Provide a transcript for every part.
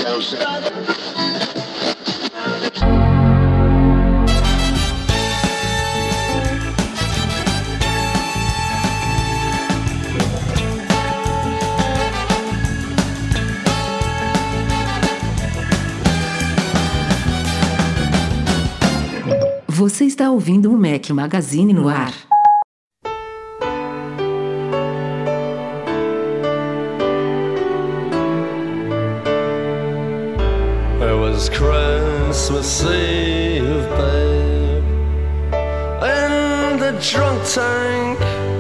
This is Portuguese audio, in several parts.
Você está ouvindo o Mac Magazine no ar. It was Christmas Eve, babe, in the drunk tank.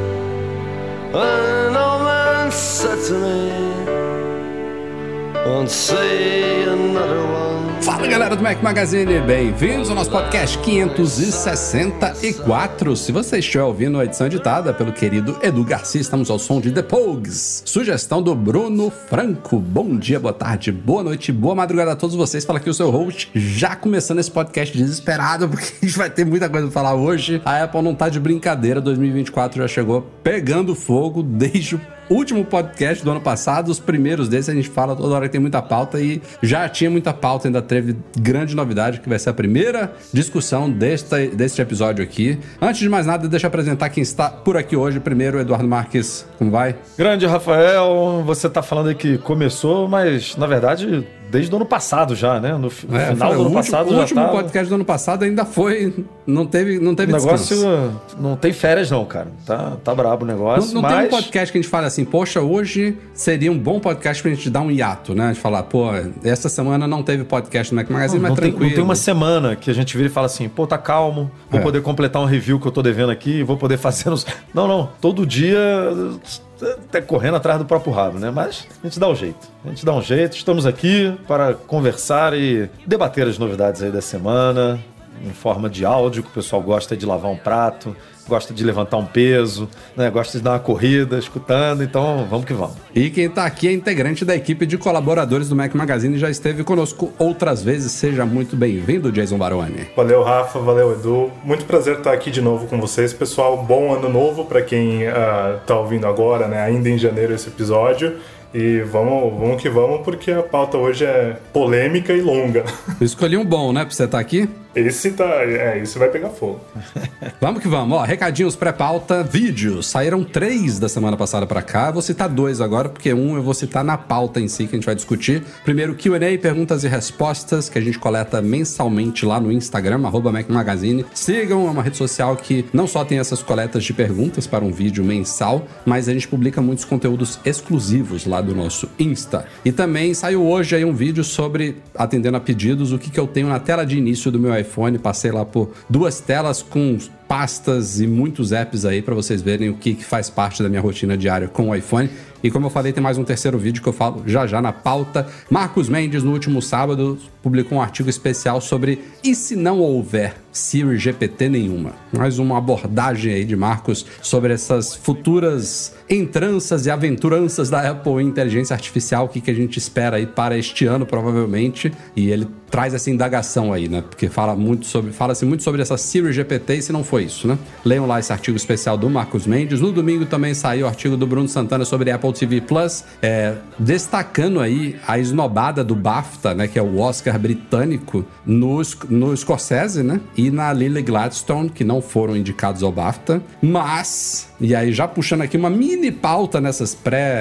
An old man said to me, won't see another one. Fala galera do Mac Magazine, bem-vindos ao nosso podcast 564. Se você estiver ouvindo a edição editada pelo querido Edu Garcia, estamos ao som de The Pogues, sugestão do Bruno Franco. Bom dia, boa tarde, boa noite, boa madrugada a todos vocês. Fala aqui o seu host, já começando esse podcast desesperado, porque a gente vai ter muita coisa pra falar hoje. A Apple não tá de brincadeira, 2024 já chegou pegando fogo desde o último podcast do ano passado. Os primeiros desses a gente fala toda hora que tem muita pauta e já tinha muita pauta, ainda teve grande novidade que vai ser a primeira discussão deste episódio aqui. Antes de mais nada, deixa eu apresentar quem está por aqui hoje. Primeiro, Eduardo Marques, como vai? Grande Rafael, você tá falando aí que começou, mas na verdade desde o ano passado já, né? No final do ano passado já tá... O último podcast do ano passado ainda foi... Não teve o negócio descanso. Não tem férias não, cara. Tá brabo o negócio, não mas... tem um podcast que a gente fala assim, poxa, hoje seria um bom podcast pra gente dar um hiato, né? A gente falar, pô, essa semana não teve podcast no Mac Magazine, mas tranquilo. Não tem uma semana que a gente vira e fala assim, pô, tá calmo, vou poder completar um review que eu tô devendo aqui, vou poder fazer... Não, todo dia... até correndo atrás do próprio rabo, né? Mas a gente dá um jeito. Estamos aqui para conversar e debater as novidades aí da semana, em forma de áudio, que o pessoal gosta de lavar um prato, gosta de levantar um peso, né? Gosta de dar uma corrida, escutando, então vamos que vamos. E quem tá aqui é integrante da equipe de colaboradores do Mac Magazine, já esteve conosco outras vezes, seja muito bem-vindo, Jason Baroni. Valeu, Rafa, valeu, Edu, muito prazer estar aqui de novo com vocês, pessoal, bom ano novo para quem tá ouvindo agora, né, ainda em janeiro esse episódio. E vamos que vamos, porque a pauta hoje é polêmica e longa. Eu escolhi um bom, né, pra você estar aqui? Esse vai pegar fogo. Vamos que vamos, ó, recadinhos pré-pauta, vídeos. Saíram 3 da semana passada pra cá, vou citar 2 agora, porque um eu vou citar na pauta em si, que a gente vai discutir. Primeiro, Q&A, perguntas e respostas, que a gente coleta mensalmente lá no Instagram, @MacMagazine. Sigam, é uma rede social que não só tem essas coletas de perguntas para um vídeo mensal, mas a gente publica muitos conteúdos exclusivos lá do nosso Insta. E também saiu hoje aí um vídeo sobre, atendendo a pedidos, o que eu tenho na tela de início do meu iPhone. Passei lá por 2 telas com pastas e muitos apps aí para vocês verem o que faz parte da minha rotina diária com o iPhone. E como eu falei, tem mais um terceiro vídeo que eu falo já na pauta. Marcos Mendes, no último sábado, publicou um artigo especial sobre e se não houver Siri GPT nenhuma. Mais uma abordagem aí de Marcos sobre essas futuras entranças e aventuranças da Apple em inteligência artificial, o que a gente espera aí para este ano, provavelmente. E ele traz essa indagação aí, né? Porque fala-se muito sobre essa Siri GPT e se não foi isso, né? Leiam lá esse artigo especial do Marcos Mendes. No domingo também saiu o artigo do Bruno Santana sobre Apple TV Plus, destacando aí a esnobada do BAFTA, né? Que é o Oscar britânico, no Scorsese, né? E na Lily Gladstone, que não foram indicados ao BAFTA. Mas, e aí já puxando aqui uma mini pauta nessas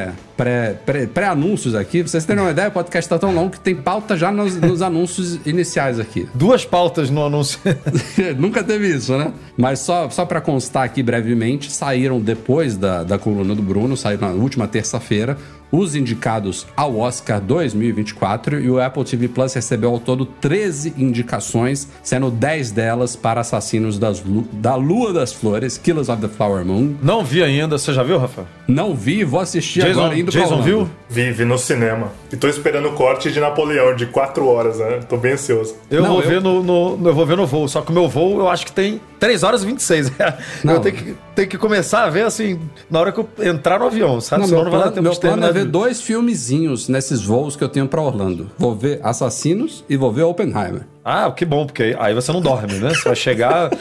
pré-anúncios aqui, pra vocês terem uma ideia, o podcast tá tão longo que tem pauta já nos anúncios iniciais aqui. 2 pautas no anúncio. Nunca teve isso, né? Mas só pra constar aqui brevemente, saíram depois da coluna do Bruno, saíram na última terça-feira, os indicados ao Oscar 2024, e o Apple TV Plus recebeu ao todo 13 indicações, sendo 10 delas para Assassinos da Lua das Flores, Killers of the Flower Moon. Não vi ainda, você já viu, Rafa? Não vi, vou assistir agora indo pra Jason viu? Vi no cinema. E tô esperando o corte de Napoleão, de 4 horas, né? Tô bem ansioso. Eu vou ver no voo, só que o meu voo eu acho que tem 3 horas e 26. Eu tenho que começar a ver, assim, na hora que eu entrar no avião, sabe? Senão não vai dar tempo de terminar. Meu plano é ver 2 filmezinhos nesses voos que eu tenho pra Orlando. Vou ver Assassinos e vou ver Oppenheimer. Ah, que bom, porque aí você não dorme, né? Você vai chegar...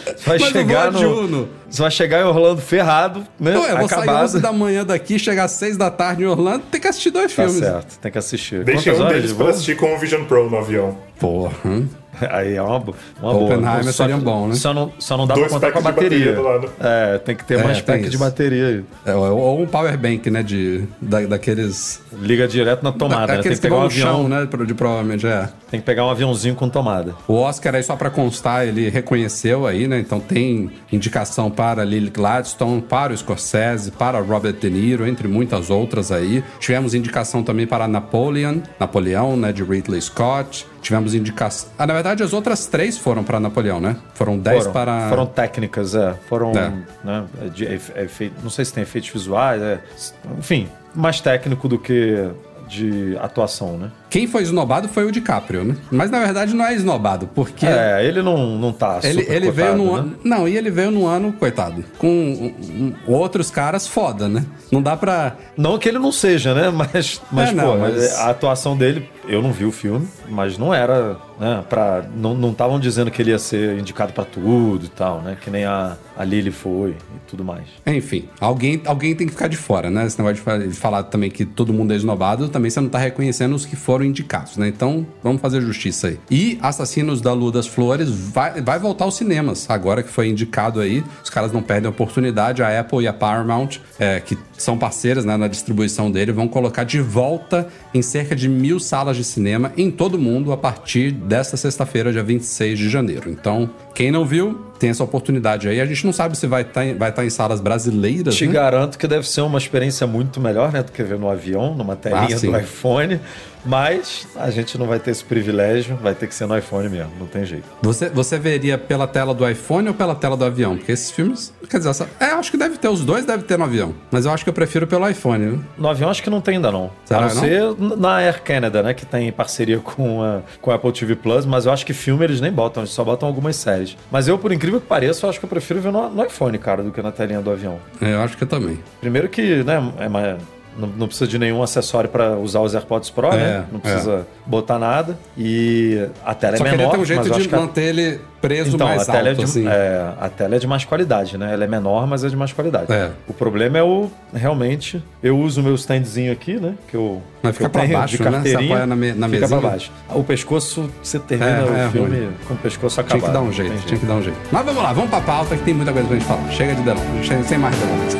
Você vai chegar em Orlando ferrado, né? Pô, eu vou sair acabado. 11 da manhã daqui, chegar às 6 da tarde em Orlando, tem que assistir 2 Tá filmes. certo, tem que assistir. Deixei Quantas um horas deles de pra voo? assistir com o Vision Pro no avião. Porra. Aí é uma boa. Oppenheimer Só- seria bom, né? Só não dá Dois pra contar com a packs de bateria. bateria do lado. É, tem que ter mais tem pack de isso. bateria aí. Ou um power bank, né? Daqueles. Liga direto na tomada, né? Tem Daqueles que pegar vão um no chão, avião. né? Provavelmente é. Tem que pegar um aviãozinho com tomada. O Oscar aí, só pra constar, ele reconheceu aí, né? Então tem indicação para Lily Gladstone, para o Scorsese, para Robert De Niro, entre muitas outras aí. Tivemos indicação também para Napoleão, né? De Ridley Scott. Tivemos indicação... na verdade, as outras 3 foram para Napoleão, né? Foram 10 para... Foram técnicas, Foram, É. né? Não sei se tem efeitos visuais, enfim, mais técnico do que de atuação, né? Quem foi esnobado foi o DiCaprio, né? Mas na verdade não é esnobado, porque... Ele não tá Ele super veio cotado, num né? ano. Não, e ele veio num ano, coitado, com outros caras foda, né? Não dá pra. Não que ele não seja, né? Mas mas- a atuação dele, eu não vi o filme, mas não era, né? Não estavam dizendo que ele ia ser indicado pra tudo e tal, né? Que nem a Lily foi e tudo mais. Enfim, alguém tem que ficar de fora, né? Esse negócio de falar também que todo mundo é esnobado, também você não tá reconhecendo os que foram indicados, né? Então, vamos fazer justiça aí. E Assassinos da Lua das Flores vai voltar aos cinemas, agora que foi indicado aí. Os caras não perdem a oportunidade. A Apple e a Paramount, que são parceiras, né, na distribuição dele, vão colocar de volta em cerca de 1.000 salas de cinema em todo o mundo a partir desta sexta-feira, dia 26 de janeiro. Então, quem não viu, tem essa oportunidade aí. A gente não sabe se vai estar em salas brasileiras, Te né? garanto que deve ser uma experiência muito melhor, né? Do que ver no avião, numa telinha sim. do iPhone. Mas a gente não vai ter esse privilégio, vai ter que ser no iPhone mesmo, não tem jeito. Você veria pela tela do iPhone ou pela tela do avião? Porque esses filmes, quer dizer, acho que deve ter os dois, deve ter no avião. Mas eu acho que eu prefiro pelo iPhone, né? No avião acho que não tem ainda não. Será A não ser na Air Canada, né? Que tem parceria com a Apple TV Plus, mas eu acho que filme eles nem botam, eles só botam algumas séries. Mas eu, por incrível que pareça, eu acho que eu prefiro ver no iPhone, cara, do que na telinha do avião. Eu acho que eu também. Primeiro que, né, não precisa de nenhum acessório para usar os AirPods Pro, né? Não precisa botar nada. E a tela Só é que menor, ele tem um jeito mas eu acho de que manter ele preso então, mais a tela alto, é de, assim. a tela é de mais qualidade, né? Ela é menor, mas é de mais qualidade. É. O problema é realmente, eu uso o meu standzinho aqui, né? Que eu, Mas fica que eu pra tenho baixo, de né? carteirinha. Você apoia na Fica mesinha. pra baixo. O pescoço, você termina o filme ruim. com o pescoço acabado. Tinha que dar um não jeito, tem tinha que dar um jeito. Mas vamos lá, vamos pra pauta que tem muita coisa pra gente falar. Chega de delongas, sem mais delongas.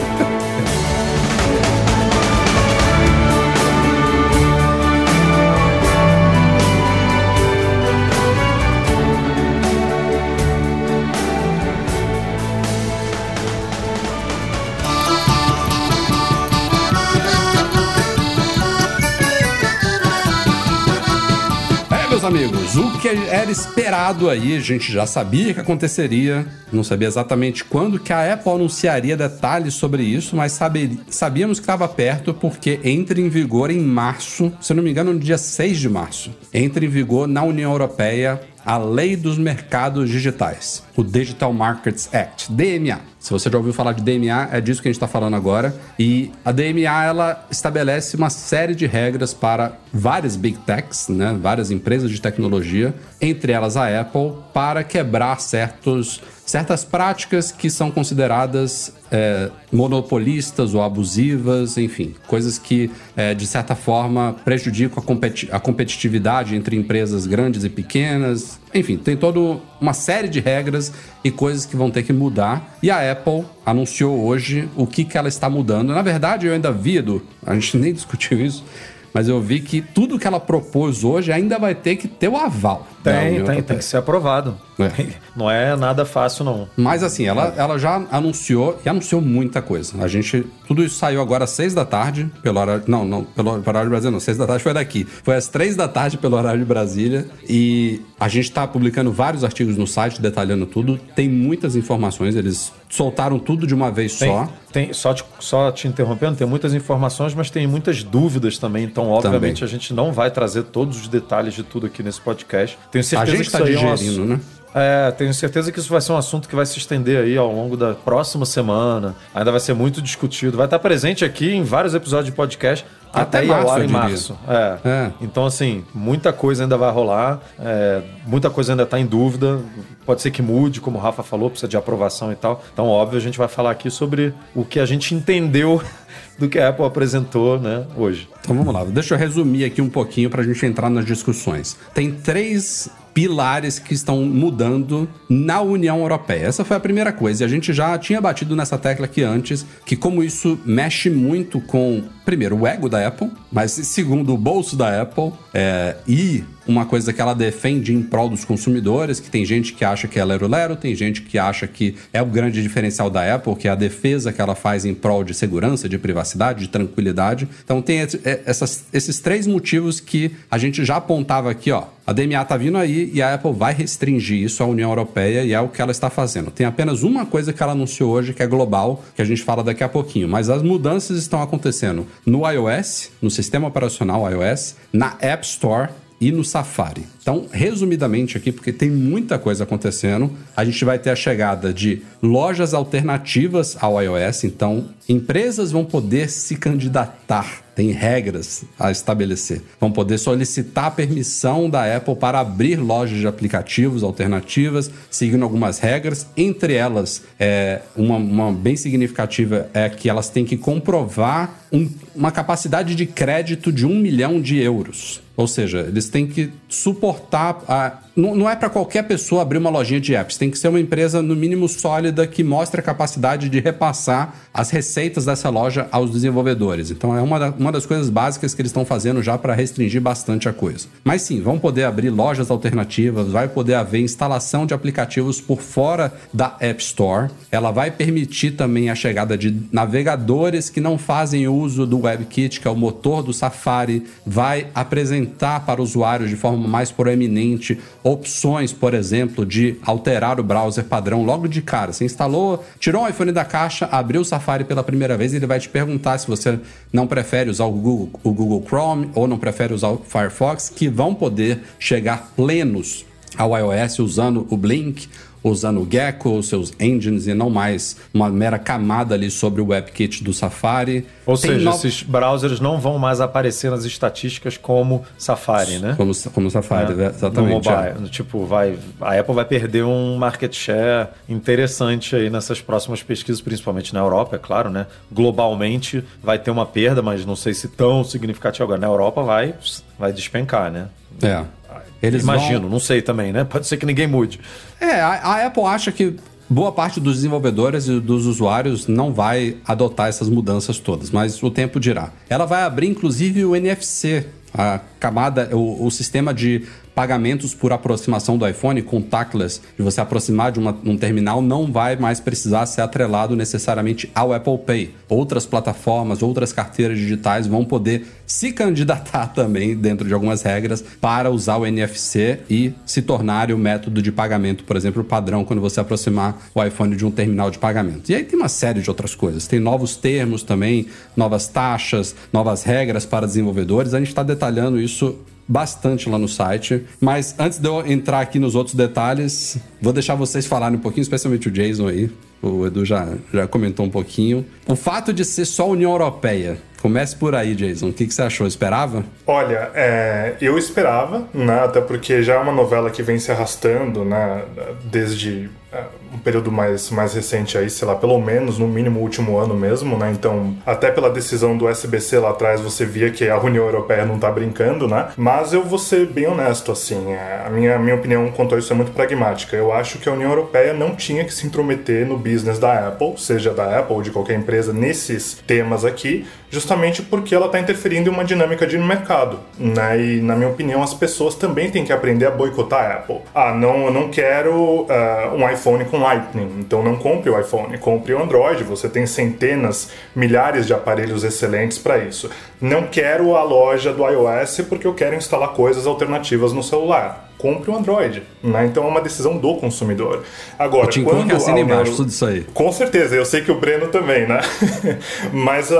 Meus amigos, o que era esperado aí, a gente já sabia que aconteceria, não sabia exatamente quando que a Apple anunciaria detalhes sobre isso, mas sabíamos que estava perto porque entra em vigor em março, se não me engano, no dia 6 de março, entra em vigor na União Europeia a Lei dos Mercados Digitais, o Digital Markets Act, DMA. Se você já ouviu falar de DMA, é disso que a gente está falando agora. E a DMA, ela estabelece uma série de regras para várias Big Techs, né? Várias empresas de tecnologia, entre elas a Apple, para quebrar certas práticas que são consideradas monopolistas ou abusivas, enfim, coisas que, de certa forma, prejudicam a competitividade entre empresas grandes e pequenas. Enfim, tem toda uma série de regras e coisas que vão ter que mudar. E a Apple anunciou hoje o que ela está mudando. Na verdade, eu ainda vi, Edu, a gente nem discutiu isso, mas eu vi que tudo que ela propôs hoje ainda vai ter que ter o aval. Tem que ser aprovado. É. Não é nada fácil, não. Mas assim, ela já anunciou, e anunciou muita coisa. Tudo isso saiu agora às 6 da tarde, pelo horário... Não, pelo horário de Brasília não, 6 da tarde foi daqui. Foi às 3 da tarde pelo horário de Brasília, e a gente tá publicando vários artigos no site, detalhando tudo. Tem muitas informações, eles soltaram tudo de uma vez só. Só te interrompendo, tem muitas informações, mas tem muitas dúvidas também. Então, obviamente, a gente não vai trazer todos os detalhes de tudo aqui nesse podcast. Tenho certeza A gente que tá isso aí é um digerindo, né? tenho certeza que isso vai ser um assunto que vai se estender aí ao longo da próxima semana. Ainda vai ser muito discutido. Vai estar presente aqui em vários episódios de podcast, até ir ao ar em março. Então, assim, muita coisa ainda vai rolar, muita coisa ainda está em dúvida, pode ser que mude, como o Rafa falou, precisa de aprovação e tal. Então, óbvio, a gente vai falar aqui sobre o que a gente entendeu do que a Apple apresentou, né, hoje. Então vamos lá, deixa eu resumir aqui um pouquinho para a gente entrar nas discussões. Tem 3 pilares que estão mudando na União Europeia. Essa foi a primeira coisa, e a gente já tinha batido nessa tecla aqui antes, que como isso mexe muito com, primeiro, o ego da Apple, mas segundo, o bolso da Apple, e uma coisa que ela defende em prol dos consumidores, que tem gente que acha que é lero-lero, tem gente que acha que é o grande diferencial da Apple, que é a defesa que ela faz em prol de segurança, de privacidade, de tranquilidade. Então tem esses 3 motivos que a gente já apontava aqui, ó. A DMA tá vindo aí e a Apple vai restringir isso à União Europeia e é o que ela está fazendo. Tem apenas uma coisa que ela anunciou hoje, que é global, que a gente fala daqui a pouquinho. Mas as mudanças estão acontecendo no iOS, no sistema operacional iOS, na App Store e no Safari. Então, resumidamente aqui, porque tem muita coisa acontecendo, a gente vai ter a chegada de lojas alternativas ao iOS. Então, empresas vão poder se candidatar, tem regras a estabelecer. Vão poder solicitar a permissão da Apple para abrir lojas de aplicativos alternativas, seguindo algumas regras. Entre elas, uma bem significativa é que elas têm que comprovar uma capacidade de crédito de 1 milhão de euros. Ou seja, eles têm que suportar... Não é para qualquer pessoa abrir uma lojinha de apps. Tem que ser uma empresa, no mínimo, sólida, que mostre a capacidade de repassar as receitas dessa loja aos desenvolvedores. Então, é uma das coisas básicas que eles estão fazendo já para restringir bastante a coisa. Mas sim, vão poder abrir lojas alternativas, vai poder haver instalação de aplicativos por fora da App Store. Ela vai permitir também a chegada de navegadores que não fazem uso do WebKit, que é o motor do Safari. Vai apresentar para usuários de forma mais proeminente opções, por exemplo, de alterar o browser padrão logo de cara. Você instalou, tirou o iPhone da caixa, abriu o Safari pela primeira vez, ele vai te perguntar se você não prefere usar o Google Chrome ou não prefere usar o Firefox, que vão poder chegar plenos ao iOS usando o Blink, usando o Gecko, os seus engines, e não mais uma mera camada ali sobre o WebKit do Safari. Ou seja, esses browsers não vão mais aparecer nas estatísticas como Safari, né? Como Safari, exatamente. No mobile. Tipo, a Apple vai perder um market share interessante aí nessas próximas pesquisas, principalmente na Europa, é claro, né? Globalmente vai ter uma perda, mas não sei se tão significativa agora. Na Europa vai despencar, né? Imagino, não sei também, né? Pode ser que ninguém mude. A Apple acha que boa parte dos desenvolvedores e dos usuários não vai adotar essas mudanças todas, mas o tempo dirá. Ela vai abrir, inclusive, o NFC, a camada, o sistema de pagamentos por aproximação do iPhone, contactless, de você aproximar de um terminal, não vai mais precisar ser atrelado necessariamente ao Apple Pay. Outras plataformas, outras carteiras digitais vão poder se candidatar também, dentro de algumas regras, para usar o NFC e se tornar o método de pagamento, por exemplo, padrão, quando você aproximar o iPhone de um terminal de pagamento. E aí tem uma série de outras coisas. Tem novos termos também, novas taxas, novas regras para desenvolvedores. A gente está detalhando isso bastante lá no site, mas antes de eu entrar aqui nos outros detalhes, vou deixar vocês falarem um pouquinho, especialmente o Jason aí, o Edu já comentou um pouquinho. O fato de ser só a União Europeia, comece por aí, Jason, o que você achou? Esperava? Olha, eu esperava, né, até porque já é uma novela que vem se arrastando, né, desde um período mais recente aí, sei lá, pelo menos, no mínimo, o último ano mesmo, né, então, até pela decisão do SBC lá atrás, você via que a União Europeia não tá brincando, né, mas eu vou ser bem honesto, assim, a minha opinião quanto a isso é muito pragmática. Eu acho que a União Europeia não tinha que se intrometer no business da Apple, seja da Apple ou de qualquer empresa, nesses temas aqui, justamente porque ela está interferindo em uma dinâmica de mercado, né? E, na minha opinião, as pessoas também têm que aprender a boicotar a Apple. Eu não quero um iPhone com Lightning, então não compre o iPhone, compre o Android, você tem centenas, milhares de aparelhos excelentes para isso. Não quero a loja do iOS porque eu quero instalar coisas alternativas no celular. Compre o Android, né? Então é uma decisão do consumidor. Agora, quando que assina embaixo tudo isso aí. Com certeza, eu sei que o Breno também, né? Mas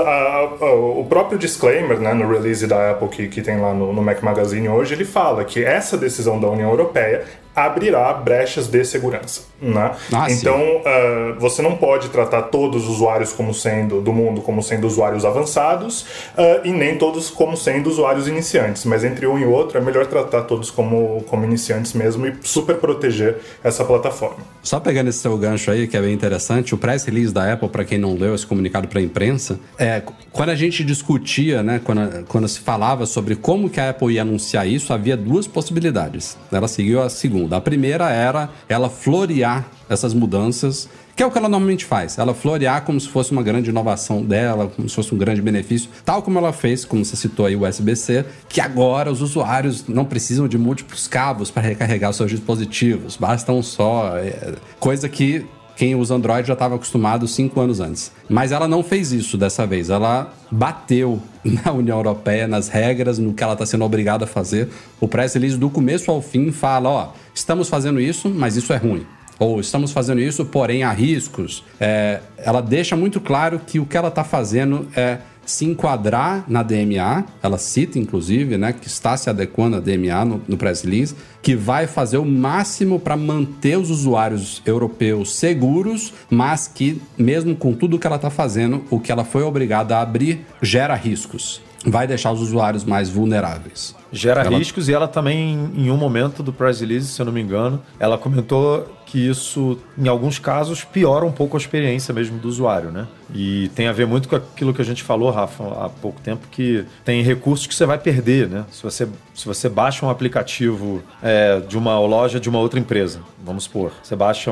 o próprio disclaimer, né, no release da Apple que tem lá no Mac Magazine hoje, ele fala que essa decisão da União Europeia abrirá brechas de segurança, né? Então, você não pode tratar todos os usuários do mundo como sendo usuários avançados e nem todos como sendo usuários iniciantes, mas entre um e outro é melhor tratar todos como iniciantes mesmo e super proteger essa plataforma. Só pegando esse seu gancho aí, que é bem interessante, o press release da Apple, para quem não leu esse comunicado para a imprensa, quando a gente discutia, né, quando se falava sobre como que a Apple ia anunciar isso, havia duas possibilidades. Ela seguiu a segunda. A primeira era ela florear essas mudanças, que é o que ela normalmente faz. Ela florear como se fosse uma grande inovação dela, como se fosse um grande benefício, tal como ela fez, como você citou aí, o USB-C, que agora os usuários não precisam de múltiplos cabos para recarregar os seus dispositivos, basta um só, coisa que quem usa Android já estava acostumado 5 anos antes. Mas ela não fez isso dessa vez. Ela bateu na União Europeia, nas regras, no que ela está sendo obrigada a fazer. O press release do começo ao fim fala, estamos fazendo isso, mas isso é ruim. Ou estamos fazendo isso, porém há riscos. Ela deixa muito claro que o que ela está fazendo é se enquadrar na DMA, ela cita inclusive, né, que está se adequando à DMA no press release, que vai fazer o máximo para manter os usuários europeus seguros, mas que mesmo com tudo que ela está fazendo, o que ela foi obrigada a abrir gera riscos. Vai deixar os usuários mais vulneráveis. Gera riscos e ela também, em um momento do press release, se eu não me engano, ela comentou que isso, em alguns casos, piora um pouco a experiência mesmo do usuário, né? E tem a ver muito com aquilo que a gente falou, Rafa, há pouco tempo, que tem recursos que você vai perder, né? Se você baixa um aplicativo de uma loja de uma outra empresa, vamos supor, você baixa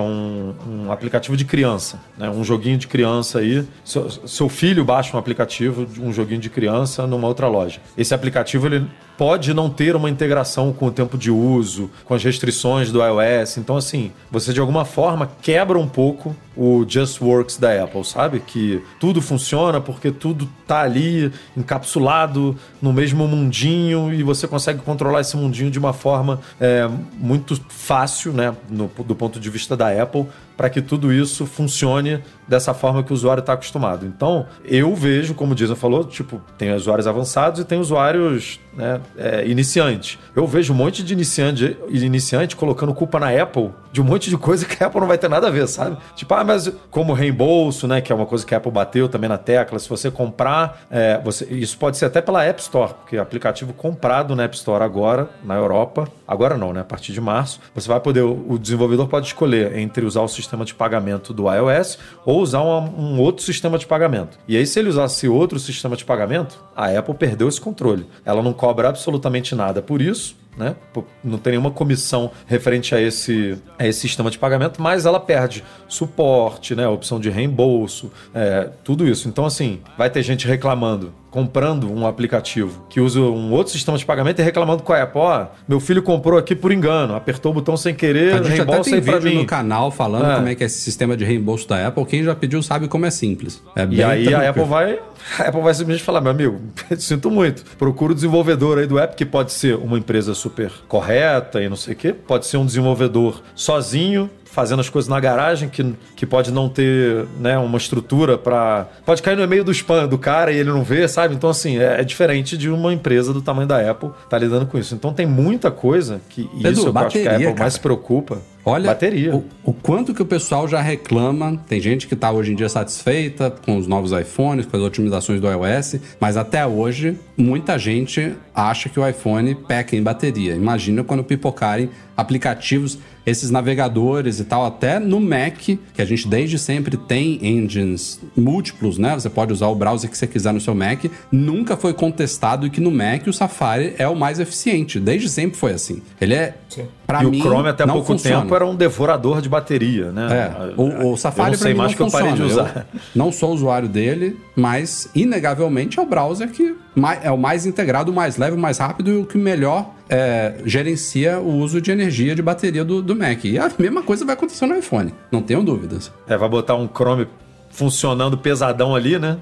um aplicativo de criança, né? Um joguinho de criança aí, seu filho baixa um aplicativo de um joguinho de criança numa outra loja. Esse aplicativo, ele pode não ter uma integração com o tempo de uso, com as restrições do iOS. Então, assim, você de alguma forma quebra um pouco o Just Works da Apple, sabe? Que tudo funciona porque tudo tá ali encapsulado no mesmo mundinho e você consegue controlar esse mundinho de uma forma muito fácil, né? Do ponto de vista da Apple, para que tudo isso funcione dessa forma que o usuário está acostumado. Então, eu vejo, como o Jason falou, tipo, tem usuários avançados e tem usuários, né, iniciantes. Eu vejo um monte de iniciante colocando culpa na Apple de um monte de coisa que a Apple não vai ter nada a ver, sabe? Tipo, mas como reembolso, né, que é uma coisa que a Apple bateu também na tecla, se você comprar, isso pode ser até pela App Store, porque aplicativo comprado na App Store agora, na Europa, agora não, né, a partir de março, você vai poder, o desenvolvedor pode escolher entre usar o sistema de pagamento do iOS ou usar um outro sistema de pagamento. E aí, se ele usasse outro sistema de pagamento, a Apple perdeu esse controle. Ela não cobra absolutamente nada por isso, né? Não tem nenhuma comissão referente a esse sistema de pagamento, mas ela perde suporte, né? Opção de reembolso, tudo isso. Então, assim, vai ter gente reclamando, comprando um aplicativo que usa um outro sistema de pagamento e reclamando com a Apple, meu filho comprou aqui por engano, apertou o botão sem querer, a gente reembolsa até tem aí pra vídeo mim. No canal falando como é que é esse sistema de reembolso da Apple. Quem já pediu sabe como é simples. E aí a Apple vai simplesmente falar, meu amigo, sinto muito, procura o desenvolvedor aí do app, que pode ser uma empresa super correta e não sei o quê, pode ser um desenvolvedor sozinho, fazendo as coisas na garagem, que pode não ter, né, uma estrutura para... Pode cair no e-mail do spam do cara e ele não vê, sabe? Então, assim, é diferente de uma empresa do tamanho da Apple tá lidando com isso. Então, tem muita coisa que... Pedro, isso eu acho que a Apple cara, mais se preocupa. Olha, bateria. O quanto que o pessoal já reclama. Tem gente que está hoje em dia satisfeita com os novos iPhones, com as otimizações do iOS, mas até hoje muita gente acha que o iPhone peca em bateria. Imagina quando pipocarem aplicativos, esses navegadores e tal, até no Mac, que a gente desde sempre tem engines múltiplos, né? Você pode usar o browser que você quiser no seu Mac. Nunca foi contestado que no Mac o Safari é o mais eficiente. Desde sempre foi assim. Ele é, para mim, o Chrome até não pouco funciona. tempo era um devorador de bateria, né? O Safari para mim não funciona. Eu parei de usar. Eu não sou usuário dele, mas inegavelmente é o browser que é o mais integrado, o mais leve, o mais rápido e o que melhor gerencia o uso de energia de bateria do Mac. E a mesma coisa vai acontecer no iPhone, não tenho dúvidas. Vai botar um Chrome funcionando pesadão ali, né?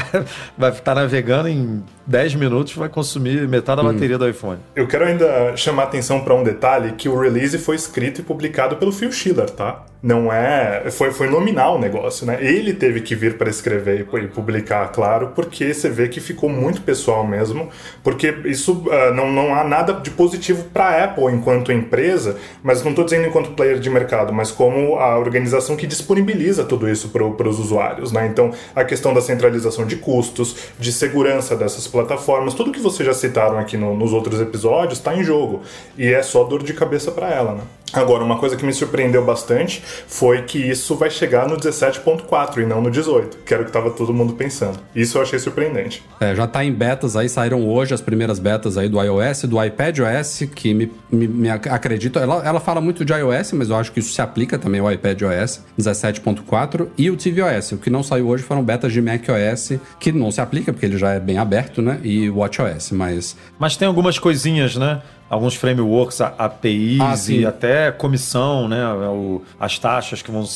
Vai estar navegando em 10 minutos, vai consumir metade da bateria do iPhone. Eu quero ainda chamar a atenção para um detalhe, que o release foi escrito e publicado pelo Phil Schiller, tá? não é... Foi nominal o negócio, né? Ele teve que vir para escrever e publicar, claro, porque você vê que ficou muito pessoal mesmo, porque isso não há nada de positivo para a Apple enquanto empresa, mas não estou dizendo enquanto player de mercado, mas como a organização que disponibiliza tudo isso para os usuários, né? Então, a questão da centralização de custos, de segurança dessas plataformas, tudo que vocês já citaram aqui nos outros episódios está em jogo, e é só dor de cabeça para ela, né? Agora, uma coisa que me surpreendeu bastante foi que isso vai chegar no 17.4 e não no 18, que era o que estava todo mundo pensando. Isso eu achei surpreendente. Já tá em betas aí, saíram hoje as primeiras betas aí do iOS, do iPadOS, que me acredito, ela fala muito de iOS, mas eu acho que isso se aplica também ao iPadOS 17.4 e o tvOS. O que não saiu hoje foram betas de macOS, que não se aplica, porque ele já é bem aberto, né? E o watchOS, Mas tem algumas coisinhas, né? Alguns frameworks, APIs e até comissão, né? As taxas que vão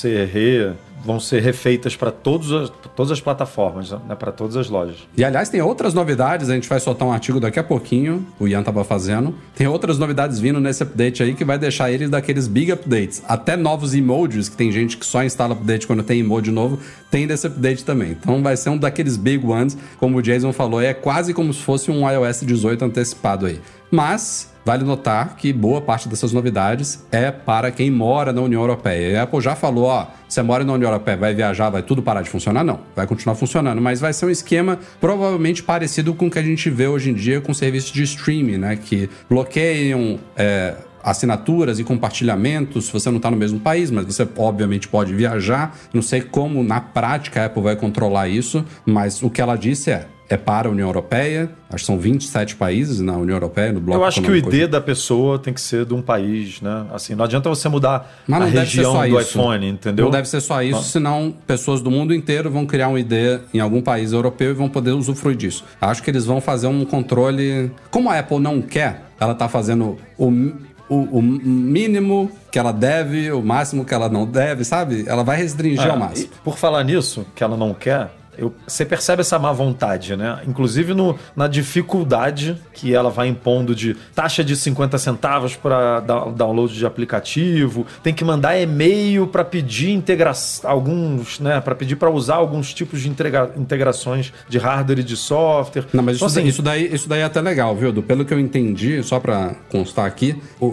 ser refeitas para todas as plataformas, né? Para todas as lojas. E, aliás, tem outras novidades. A gente vai soltar um artigo daqui a pouquinho. O Ian tava fazendo. Tem outras novidades vindo nesse update aí que vai deixar eles daqueles big updates. Até novos emojis, que tem gente que só instala update quando tem emoji novo, tem desse update também. Então vai ser um daqueles big ones, como o Jason falou. É quase como se fosse um iOS 18 antecipado aí. Mas vale notar que boa parte dessas novidades é para quem mora na União Europeia. E a Apple já falou, você mora na União Europeia, vai viajar, vai tudo parar de funcionar? Não, vai continuar funcionando, mas vai ser um esquema provavelmente parecido com o que a gente vê hoje em dia com serviços de streaming, né? Que bloqueiam assinaturas e compartilhamentos se você não está no mesmo país, mas você obviamente pode viajar. Não sei como na prática a Apple vai controlar isso, mas o que ela disse é para a União Europeia, acho que são 27 países na União Europeia, no bloco. Eu acho que o ID da pessoa tem que ser de um país, né? Assim, não adianta você mudar a região do iPhone, entendeu? Não deve ser só isso, senão pessoas do mundo inteiro vão criar um ID em algum país europeu e vão poder usufruir disso. Acho que eles vão fazer um controle... Como a Apple não quer, ela está fazendo o mínimo que ela deve, o máximo que ela não deve, sabe? Ela vai restringir ao máximo. Por falar nisso, que ela não quer... Você percebe essa má vontade, né? Inclusive na dificuldade que ela vai impondo de taxa de 50 centavos para download de aplicativo, tem que mandar e-mail para pedir alguns, né? Para pedir para usar alguns tipos de integrações de hardware e de software. Não, mas isso daí é até legal, viu, Edu? Pelo que eu entendi, só para constar aqui,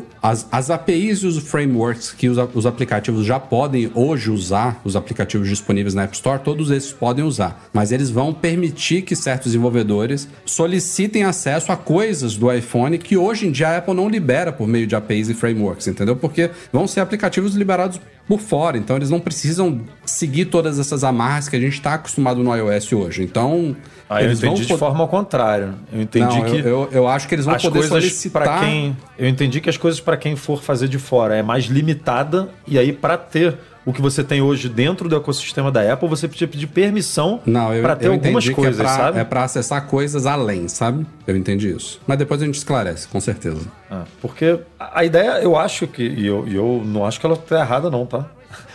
as APIs e os frameworks que os aplicativos já podem hoje usar, os aplicativos disponíveis na App Store, todos esses podem usar. Mas eles vão permitir que certos desenvolvedores solicitem acesso a coisas do iPhone que hoje em dia a Apple não libera por meio de APIs e frameworks, entendeu? Porque vão ser aplicativos liberados por fora, então eles não precisam seguir todas essas amarras que a gente está acostumado no iOS hoje. Então... eu entendi de forma ao contrário. Eu entendi eu acho que eles vão poder solicitar... Eu entendi que as coisas para quem for fazer de fora é mais limitada, e aí para ter o que você tem hoje dentro do ecossistema da Apple, você precisa pedir permissão para ter algumas coisas, sabe? É para acessar coisas além, sabe? Eu entendi isso. Mas depois a gente esclarece, com certeza. Porque a ideia, eu acho que... E eu não acho que ela tá errada não, tá?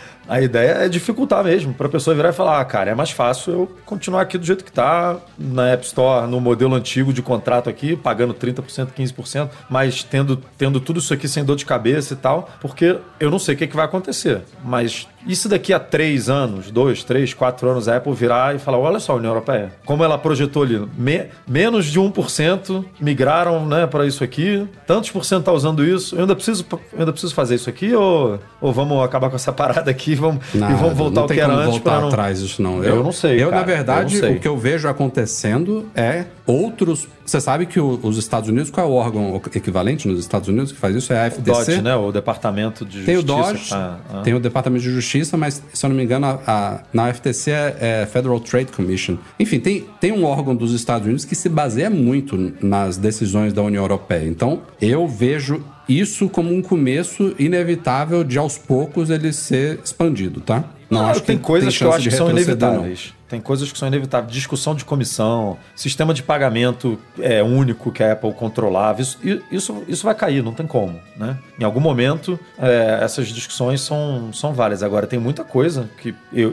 A ideia é dificultar mesmo, para a pessoa virar e falar, cara, é mais fácil eu continuar aqui do jeito que tá, na App Store, no modelo antigo de contrato aqui, pagando 30%, 15%, mas tendo tudo isso aqui sem dor de cabeça e tal, porque eu não sei o que vai acontecer, mas e se daqui a 3 anos, 2, 3, 4 anos a Apple virar e falar, olha só, União Europeia, como ela projetou ali, menos de 1% migraram, né, para isso aqui, tantos por cento tá usando isso, eu ainda preciso fazer isso aqui ou vamos acabar com essa parada aqui e vamos voltar ao que era antes para não atrás disso não. Eu não sei, na verdade, o que eu vejo acontecendo é outros... Você sabe que os Estados Unidos, qual é o órgão equivalente nos Estados Unidos que faz isso? É a FTC. O DOJ, né? O Departamento de Justiça. Tem o DOJ, tem o Departamento de Justiça, mas, se eu não me engano, na FTC é Federal Trade Commission. Enfim, tem um órgão dos Estados Unidos que se baseia muito nas decisões da União Europeia. Então, eu vejo isso como um começo inevitável de, aos poucos, ele ser expandido, tá? Não, acho que tem coisas que eu acho que são inevitáveis. Tem coisas que são inevitáveis. Discussão de comissão, sistema de pagamento único que a Apple controlava. Isso vai cair, não tem como, né? Em algum momento, essas discussões são válidas. Agora, tem muita coisa que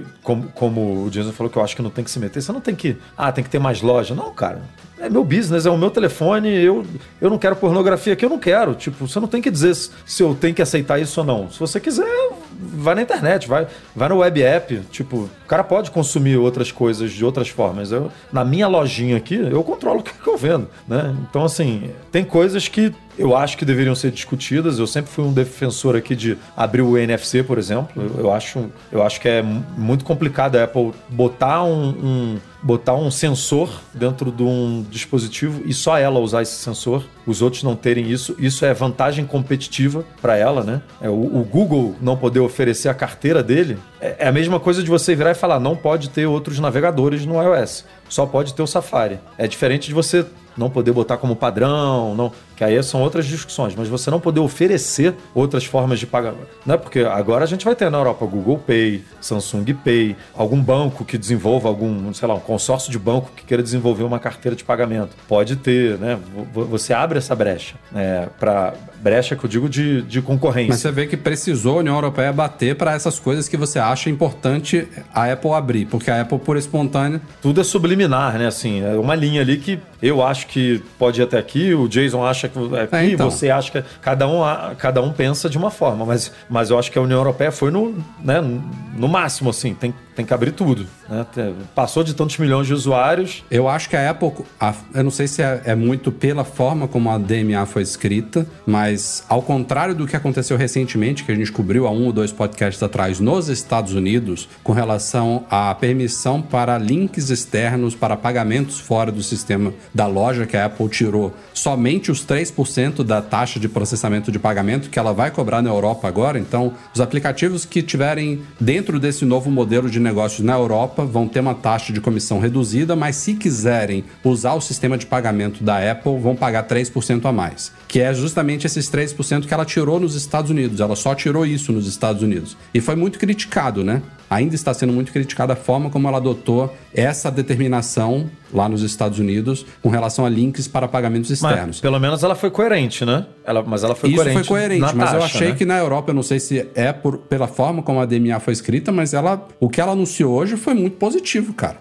como o Jason falou, que eu acho que não tem que se meter. Você não tem que... tem que ter mais loja. Não, cara. É meu business, é o meu telefone, eu não quero pornografia aqui, eu não quero. Tipo, você não tem que dizer se eu tenho que aceitar isso ou não. Se você quiser, vai na internet, vai no web app. Tipo, o cara pode consumir outras coisas de outras formas. Na minha lojinha aqui, eu controlo o que eu vendo, né? Então, assim, tem coisas que eu acho que deveriam ser discutidas. Eu sempre fui um defensor aqui de abrir o NFC, por exemplo. Eu acho que é muito complicado a Apple botar um sensor dentro de um dispositivo e só ela usar esse sensor, os outros não terem isso. Isso é vantagem competitiva para ela, né? O Google não poder oferecer a carteira dele é a mesma coisa de você virar e falar, não pode ter outros navegadores no iOS, só pode ter o Safari. É diferente de você não poder botar como padrão, não, que aí são outras discussões, mas você não poder oferecer outras formas de pagamento, né? Porque agora a gente vai ter na Europa Google Pay, Samsung Pay, algum banco que desenvolva um consórcio de banco que queira desenvolver uma carteira de pagamento. Pode ter, né? Você abre essa brecha, para brecha que eu digo de concorrência. Mas você vê que precisou a União Europeia bater para essas coisas que você acha importante a Apple abrir, porque a Apple, por espontânea... Tudo é subliminar, né? Assim, é uma linha ali que eu acho que pode ir até aqui, o Jason acha que é aqui, então. Você acha que... Cada um pensa de uma forma, mas eu acho que a União Europeia foi no máximo, assim, tem que abrir tudo, né? Passou de tantos milhões de usuários. Eu acho que a Apple, eu não sei se é muito pela forma como a DMA foi escrita, mas ao contrário do que aconteceu recentemente, que a gente cobriu há 1 ou 2 podcasts atrás nos Estados Unidos, com relação à permissão para links externos para pagamentos fora do sistema da loja, que a Apple tirou somente os 3% da taxa de processamento de pagamento que ela vai cobrar na Europa agora. Então, os aplicativos que tiverem dentro desse novo modelo de negócios na Europa vão ter uma taxa de comissão reduzida, mas se quiserem usar o sistema de pagamento da Apple, vão pagar 3% a mais, que é justamente esses 3% que ela tirou nos Estados Unidos. Ela só tirou isso nos Estados Unidos. E foi muito criticado, né? Ainda está sendo muito criticada a forma como ela adotou essa determinação lá nos Estados Unidos com relação a links para pagamentos externos. Mas, pelo menos ela foi coerente, né? Mas ela foi Isso coerente. Isso foi coerente, mas taxa, eu achei, né, que na Europa, eu não sei se é pela forma como a DMA foi escrita, mas o que ela anunciou hoje foi muito positivo, cara.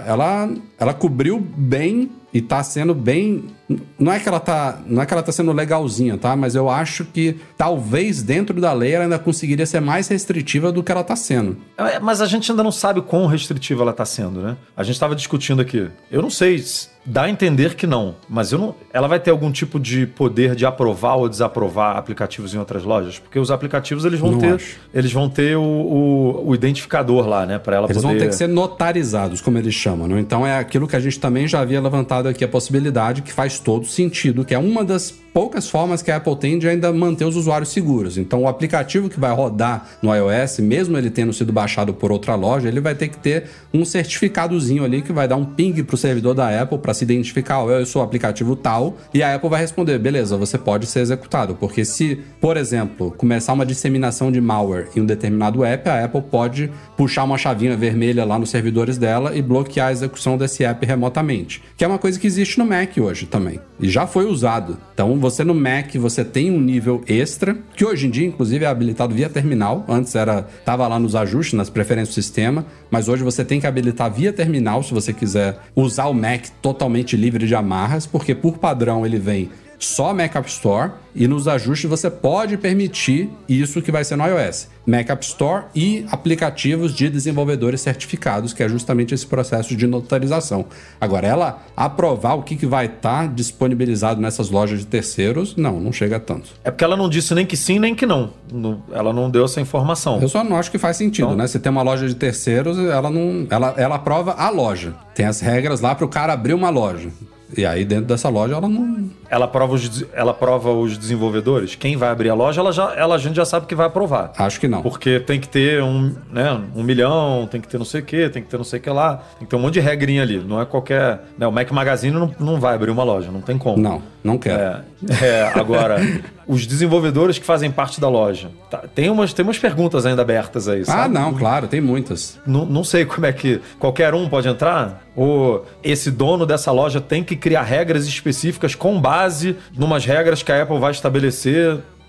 Ela cobriu bem e tá sendo bem... Não é que ela tá sendo legalzinha, tá? Mas eu acho que talvez dentro da lei ela ainda conseguiria ser mais restritiva do que ela tá sendo. Mas a gente ainda não sabe quão restritiva ela tá sendo, né? A gente tava discutindo aqui. Eu não sei, dá a entender que não, mas ela vai ter algum tipo de poder de aprovar ou desaprovar aplicativos em outras lojas? Porque os aplicativos, eles vão ter o identificador lá, né? Pra ela eles vão ter que ser notarizados, como eles chamam, né? Então é aquilo que a gente também já havia levantado aqui, a possibilidade, que faz todo sentido, que é uma das poucas formas que a Apple tem de ainda manter os usuários seguros. Então o aplicativo que vai rodar no iOS, mesmo ele tendo sido baixado por outra loja, ele vai ter que ter um certificadozinho ali que vai dar um ping pro servidor da Apple para se identificar, eu sou o aplicativo tal, e a Apple vai responder, beleza, você pode ser executado. Porque se, por exemplo, começar uma disseminação de malware em um determinado app, a Apple pode puxar uma chavinha vermelha lá nos servidores dela e bloquear a execução desse app remotamente. Que é uma coisa que existe no Mac hoje também. E já foi usado. Então, você no Mac, você tem um nível extra, que hoje em dia, inclusive, é habilitado via terminal. Antes estava lá nos ajustes, nas preferências do sistema, mas hoje você tem que habilitar via terminal se você quiser usar o Mac totalmente livre de amarras, porque por padrão ele vem só Mac App Store, e nos ajustes você pode permitir isso que vai ser no iOS. Mac App Store e aplicativos de desenvolvedores certificados, que é justamente esse processo de notarização. Agora, ela aprovar o que vai estar disponibilizado nessas lojas de terceiros, não chega tanto. É porque ela não disse nem que sim, nem que não. Ela não deu essa informação. Eu só não acho que faz sentido, então, né? Se tem uma loja de terceiros, ela aprova a loja. Tem as regras lá para o cara abrir uma loja. E aí, dentro dessa loja, ela não... Ela aprova os desenvolvedores? Quem vai abrir a loja, a gente já sabe que vai aprovar. Acho que não. Porque tem que ter 1 milhão, tem que ter não sei o quê, tem que ter não sei o que lá. Tem que ter um monte de regrinha ali. Não é qualquer... Né? O Mac Magazine não vai abrir uma loja, não tem como. Não quero. Agora, os desenvolvedores que fazem parte da loja. Tem umas perguntas ainda abertas aí, sabe? Claro, tem muitas. Não sei como é que qualquer um pode entrar? Ou esse dono dessa loja tem que criar regras específicas com base numas regras que a Apple vai estabelecer?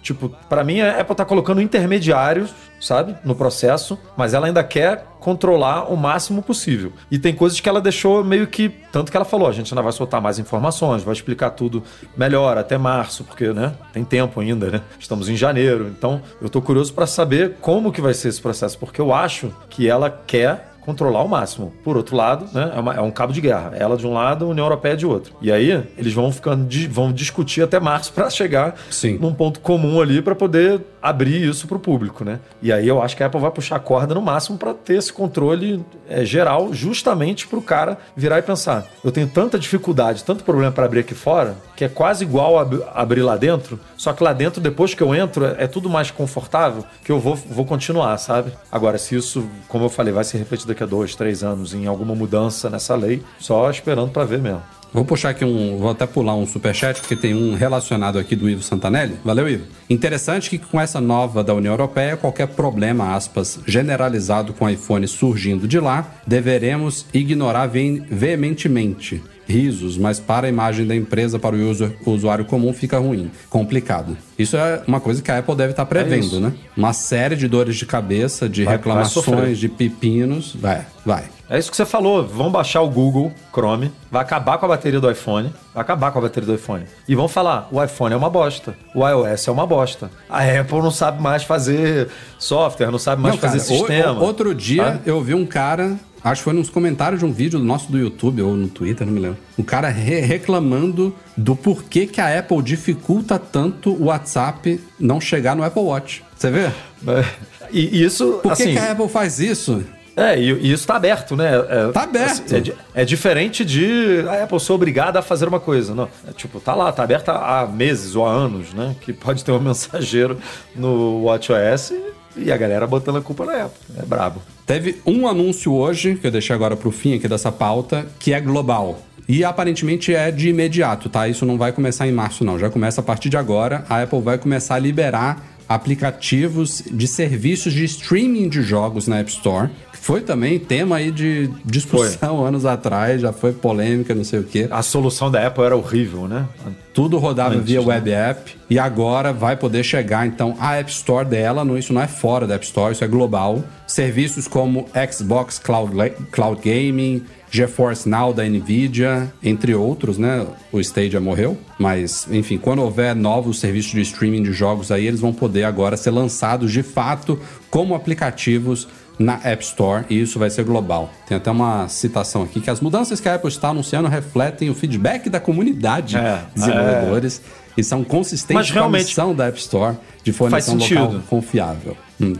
Tipo, pra mim a Apple tá colocando intermediários, sabe, no processo, mas ela ainda quer controlar o máximo possível. E tem coisas que ela deixou meio que... Tanto que ela falou, a gente ainda vai soltar mais informações, vai explicar tudo melhor até março, porque, né, tem tempo ainda, né? Estamos em janeiro. Então, eu tô curioso pra saber como que vai ser esse processo, porque eu acho que ela quer controlar ao máximo. Por outro lado, né, é um cabo de guerra. Ela de um lado, a União Europeia de outro. E aí, eles vão discutir até março para chegar num ponto comum ali para poder abrir isso para o público, né? E aí eu acho que a Apple vai puxar a corda no máximo para ter esse controle geral, justamente para o cara virar e pensar, eu tenho tanta dificuldade, tanto problema para abrir aqui fora, que é quase igual a abrir lá dentro, só que lá dentro, depois que eu entro, é tudo mais confortável, que eu vou continuar, sabe? Agora, se isso, como eu falei, vai se refletir daqui a 2, 3 anos em alguma mudança nessa lei, só esperando para ver mesmo. Vou puxar aqui vou até pular um superchat, porque tem um relacionado aqui do Ivo Santanelli. Valeu, Ivo. Interessante que com essa nova da União Europeia, qualquer problema, aspas, generalizado com o iPhone surgindo de lá, deveremos ignorar veementemente. Risos, mas para a imagem da empresa, para o usuário comum, fica ruim, complicado. Isso é uma coisa que a Apple deve estar prevendo, né? Uma série de dores de cabeça, de reclamações, de pepinos. Vai. É isso que você falou. Vão baixar o Google Chrome, vai acabar com a bateria do iPhone, e vão falar, o iPhone é uma bosta, o iOS é uma bosta. A Apple não sabe mais fazer software, não sabe mais fazer sistema. Outro dia eu vi um cara... Acho que foi nos comentários de um vídeo do YouTube ou no Twitter, não me lembro. O cara reclamando do porquê que a Apple dificulta tanto o WhatsApp não chegar no Apple Watch. Você vê? E isso, Por que a Apple faz isso? E isso tá aberto, né? Tá aberto. É diferente de a Apple ser obrigada a fazer uma coisa. Não, tá lá, tá aberto há meses ou há anos, né? Que pode ter um mensageiro no WatchOS e a galera botando a culpa na Apple. É brabo. Teve um anúncio hoje, que eu deixei agora pro fim aqui dessa pauta, que é global. E aparentemente é de imediato, tá? Isso não vai começar em março, não. Já começa a partir de agora. A Apple vai começar a liberar aplicativos de serviços de streaming de jogos na App Store. Foi também tema aí de discussão anos atrás, já foi polêmica, não sei o quê. A solução da Apple era horrível, né? Tudo rodava via web app e agora vai poder chegar, então, a App Store dela. Isso não é fora da App Store, isso é global. Serviços como Xbox Cloud Gaming, GeForce Now da NVIDIA, entre outros, né? O Stadia morreu, mas, enfim, quando houver novos serviços de streaming de jogos aí, eles vão poder agora ser lançados de fato como aplicativos na App Store, e isso vai ser global. Tem até uma citação aqui, que as mudanças que a Apple está anunciando refletem o feedback da comunidade de desenvolvedores e são consistentes com a missão da App Store de fornecer um local confiável.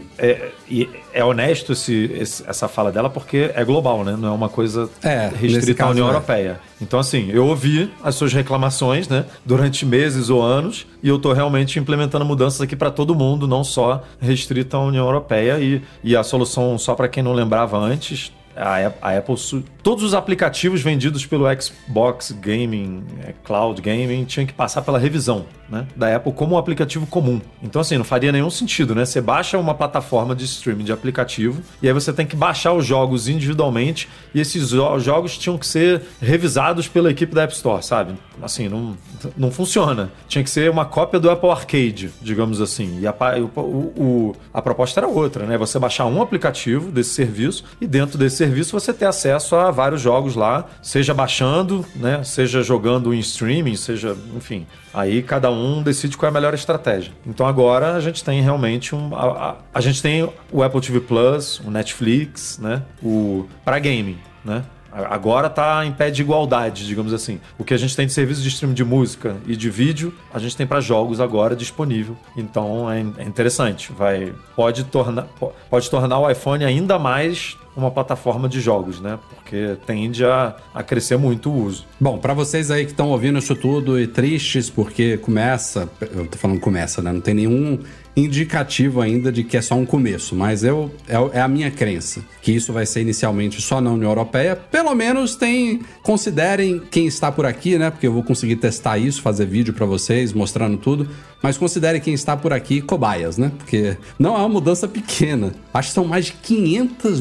E é honesto essa fala dela, porque é global, né? Não é uma coisa restrita à União Europeia. Então, assim, eu ouvi as suas reclamações, né? Durante meses ou anos, e eu tô realmente implementando mudanças aqui para todo mundo, não só restrita à União Europeia. E a solução, só para quem não lembrava antes, a Apple, todos os aplicativos vendidos pelo Xbox Gaming, Cloud Gaming, tinham que passar pela revisão, né, da Apple como um aplicativo comum. Então, assim, não faria nenhum sentido, né? Você baixa uma plataforma de streaming de aplicativo e aí você tem que baixar os jogos individualmente e esses jogos tinham que ser revisados pela equipe da App Store, sabe? Assim, não funciona. Tinha que ser uma cópia do Apple Arcade, digamos assim. E a proposta era outra, né? Você baixar um aplicativo desse serviço e dentro desse serviço você ter acesso a vários jogos lá, seja baixando, né? Seja jogando em streaming, seja, enfim. Aí cada um decide qual é a melhor estratégia. Então agora a gente tem realmente a gente tem o Apple TV Plus, o Netflix, né? Para gaming, né? Agora está em pé de igualdade, digamos assim. O que a gente tem de serviço de streaming de música e de vídeo, a gente tem para jogos agora disponível. Então é interessante. Pode tornar o iPhone ainda mais uma plataforma de jogos, né? Porque tende a crescer muito o uso. Bom, para vocês aí que estão ouvindo isso tudo e tristes porque eu tô falando começa, né? Não tem nenhum indicativo ainda de que é só um começo, mas é a minha crença que isso vai ser inicialmente só na União Europeia. Pelo menos considerem quem está por aqui, né? Porque eu vou conseguir testar isso, fazer vídeo para vocês, mostrando tudo, mas considerem quem está por aqui cobaias, né? Porque não é uma mudança pequena. Acho que são mais de 500 novas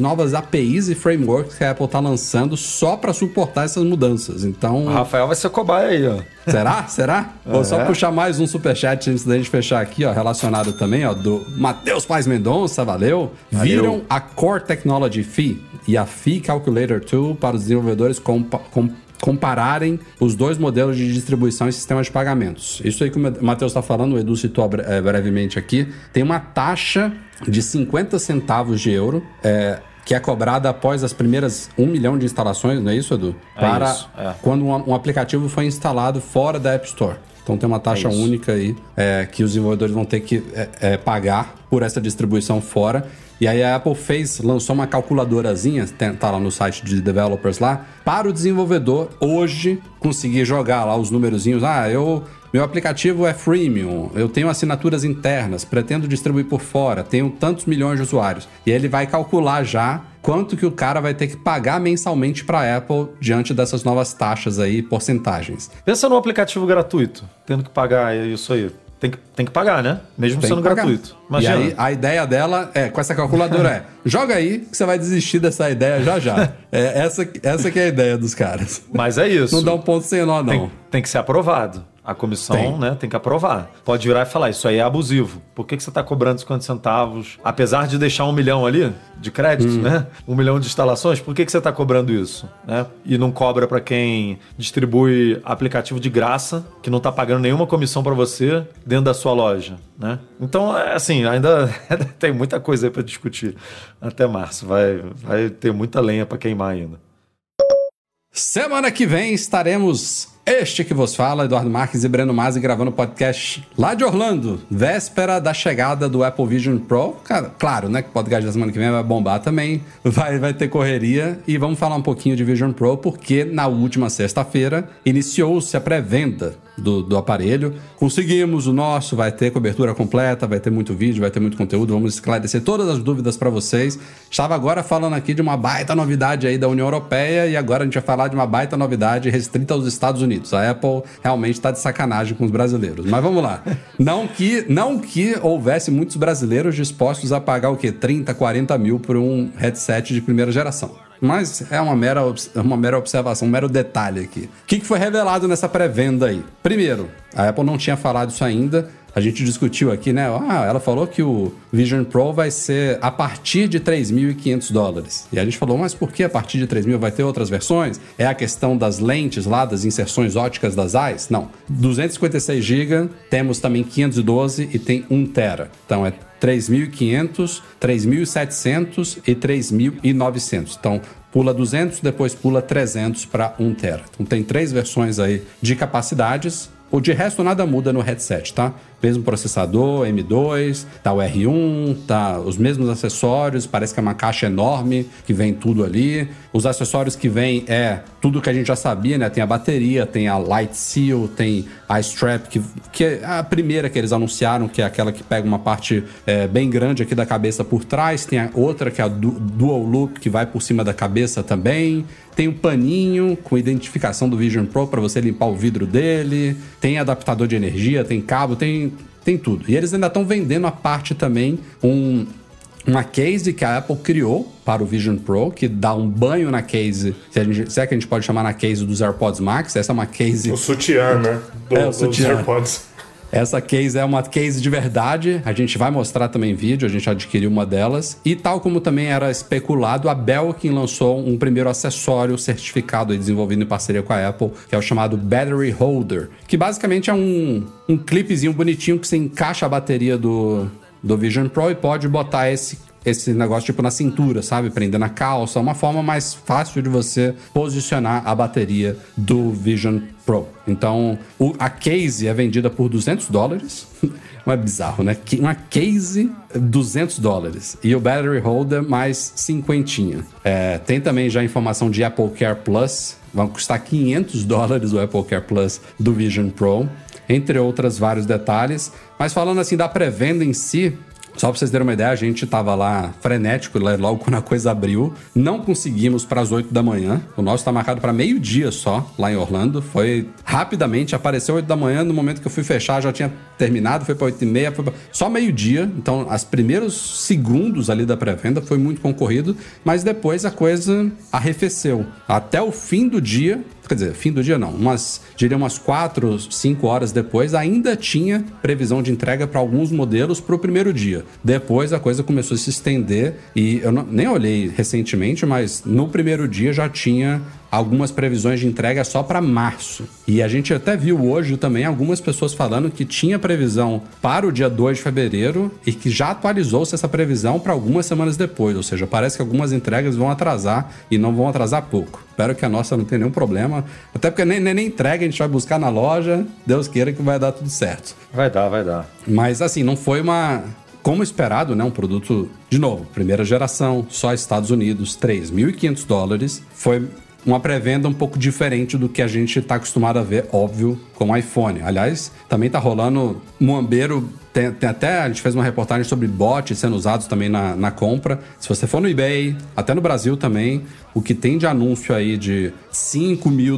APIs e frameworks que a Apple tá lançando só para suportar essas mudanças. Então... O Rafael vai ser cobaia aí, ó. Será? Vou só puxar mais um superchat antes da gente fechar aqui, ó, relacionado também, ó, do Matheus Paes Mendonça, valeu. Viram a Core Technology Fee e a Fee Calculator Tool para os desenvolvedores compararem os dois modelos de distribuição e sistemas de pagamentos. Isso aí que o Matheus está falando, o Edu citou brevemente aqui, tem uma taxa de 50 centavos de euro, que é cobrada após as primeiras 1 milhão de instalações, não é isso, Edu? Quando um aplicativo foi instalado fora da App Store. Então tem uma taxa única aí que os desenvolvedores vão ter que pagar por essa distribuição fora. E aí a Apple lançou uma calculadorazinha, tá lá no site de developers lá, para o desenvolvedor hoje conseguir jogar lá os numerozinhos. Meu aplicativo é freemium, eu tenho assinaturas internas, pretendo distribuir por fora, tenho tantos milhões de usuários. E ele vai calcular já quanto que o cara vai ter que pagar mensalmente para a Apple diante dessas novas taxas aí, porcentagens. Pensa no aplicativo gratuito, tendo que pagar isso aí. Tem que pagar, né? Mesmo sendo gratuito. Imagina. E aí, a ideia dela com essa calculadora joga aí que você vai desistir dessa ideia já. Essa que é a ideia dos caras. Mas é isso. Não dá um ponto sem nó, não. Tem que ser aprovado. A comissão, tem que aprovar. Pode virar e falar, isso aí é abusivo. Por que você está cobrando 50 centavos? Apesar de deixar 1 milhão ali de crédito, né? 1 milhão de instalações, por que você está cobrando isso? Né? E não cobra para quem distribui aplicativo de graça, que não está pagando nenhuma comissão para você dentro da sua loja, né? Então, assim, ainda tem muita coisa aí para discutir até março. Vai ter muita lenha para queimar ainda. Semana que vem estaremos... Este que vos fala, Eduardo Marques e Breno Masi, gravando podcast lá de Orlando, véspera da chegada do Apple Vision Pro. Cara, claro, né, que o podcast da semana que vem vai bombar também, vai ter correria, e vamos falar um pouquinho de Vision Pro, porque na última sexta-feira iniciou-se a pré-venda do aparelho. Conseguimos o nosso, vai ter cobertura completa, vai ter muito vídeo, vai ter muito conteúdo, vamos esclarecer todas as dúvidas para vocês. Estava agora falando aqui de uma baita novidade aí da União Europeia, e agora a gente vai falar de uma baita novidade restrita aos Estados Unidos. A Apple realmente está de sacanagem com os brasileiros. Mas vamos lá. Não que houvesse muitos brasileiros dispostos a pagar o quê? 30, 40 mil por um headset de primeira geração. Mas é uma mera observação, um mero detalhe aqui. O que foi revelado nessa pré-venda aí? Primeiro, a Apple não tinha falado isso ainda. A gente discutiu aqui, né? Ela falou que o Vision Pro vai ser a partir de $3.500. E a gente falou, mas por que a partir de 3.000 vai ter outras versões? É a questão das lentes lá, das inserções óticas das eyes? Não. 256 GB, temos também 512 e tem 1 TB. Então é 3.500, 3.700 e 3.900. Então pula 200, depois pula 300 para 1 TB. Então tem 3 versões aí de capacidades. O de resto nada muda no headset, tá? Mesmo processador, M2, tá o R1, tá os mesmos acessórios, parece que é uma caixa enorme que vem tudo ali. Os acessórios que vem tudo que a gente já sabia, né? Tem a bateria, tem a Light Seal, tem a strap, que é a primeira que eles anunciaram, que é aquela que pega uma parte bem grande aqui da cabeça por trás. Tem a outra que é a Dual Loop, que vai por cima da cabeça também. Tem um paninho com identificação do Vision Pro para você limpar o vidro dele. Tem adaptador de energia, tem cabo, tem tudo. E eles ainda estão vendendo a parte também uma case que a Apple criou para o Vision Pro, que dá um banho na case, se é que a gente pode chamar na case dos AirPods Max. Essa é uma case... O sutiã, né? Dos AirPods. Essa case é uma case de verdade, a gente vai mostrar também vídeo, a gente adquiriu uma delas. E tal como também era especulado, a Belkin lançou um primeiro acessório certificado e desenvolvido em parceria com a Apple, que é o chamado Battery Holder, que basicamente é um clipezinho bonitinho que você encaixa a bateria do Vision Pro e pode botar esse negócio tipo na cintura, sabe? Prender na calça, uma forma mais fácil de você posicionar a bateria do Vision Pro. Então, a case é vendida por $200. Não é bizarro, né? Uma case, $200. E o Battery Holder, mais 50. Tem também já informação de Apple Care Plus. Vai custar $500 o Apple Care Plus do Vision Pro. Entre outros vários detalhes. Mas falando assim da pré-venda em si, Só pra vocês terem uma ideia, a gente tava lá frenético logo quando a coisa abriu. Não conseguimos pras 8 da manhã. O nosso tá marcado pra meio-dia só, lá em Orlando. Foi rapidamente, apareceu 8 da manhã, no momento que eu fui fechar já tinha terminado, foi pra 8h30, só meio-dia. Então, os primeiros segundos ali da pré-venda foi muito concorrido, mas depois a coisa arrefeceu. Até o fim do dia, quer dizer, fim do dia não, diria umas 4, 5 horas depois, ainda tinha previsão de entrega para alguns modelos para o primeiro dia. Depois a coisa começou a se estender e eu nem olhei recentemente, mas no primeiro dia já tinha algumas previsões de entrega só para março. E a gente até viu hoje também algumas pessoas falando que tinha previsão para o dia 2 de fevereiro e que já atualizou-se essa previsão para algumas semanas depois. Ou seja, parece que algumas entregas vão atrasar e não vão atrasar pouco. Espero que a nossa não tenha nenhum problema. Até porque nem entrega, a gente vai buscar na loja. Deus queira que vai dar tudo certo. Vai dar. Mas assim, não foi como esperado, né? Um produto, de novo, primeira geração, só Estados Unidos, $3.500. Foi uma pré-venda um pouco diferente do que a gente está acostumado a ver, óbvio, com o iPhone. Aliás, também tá rolando muambeiro. Tem até, a gente fez uma reportagem sobre bots sendo usados também na compra. Se você for no eBay, até no Brasil também, o que tem de anúncio aí de $5.000,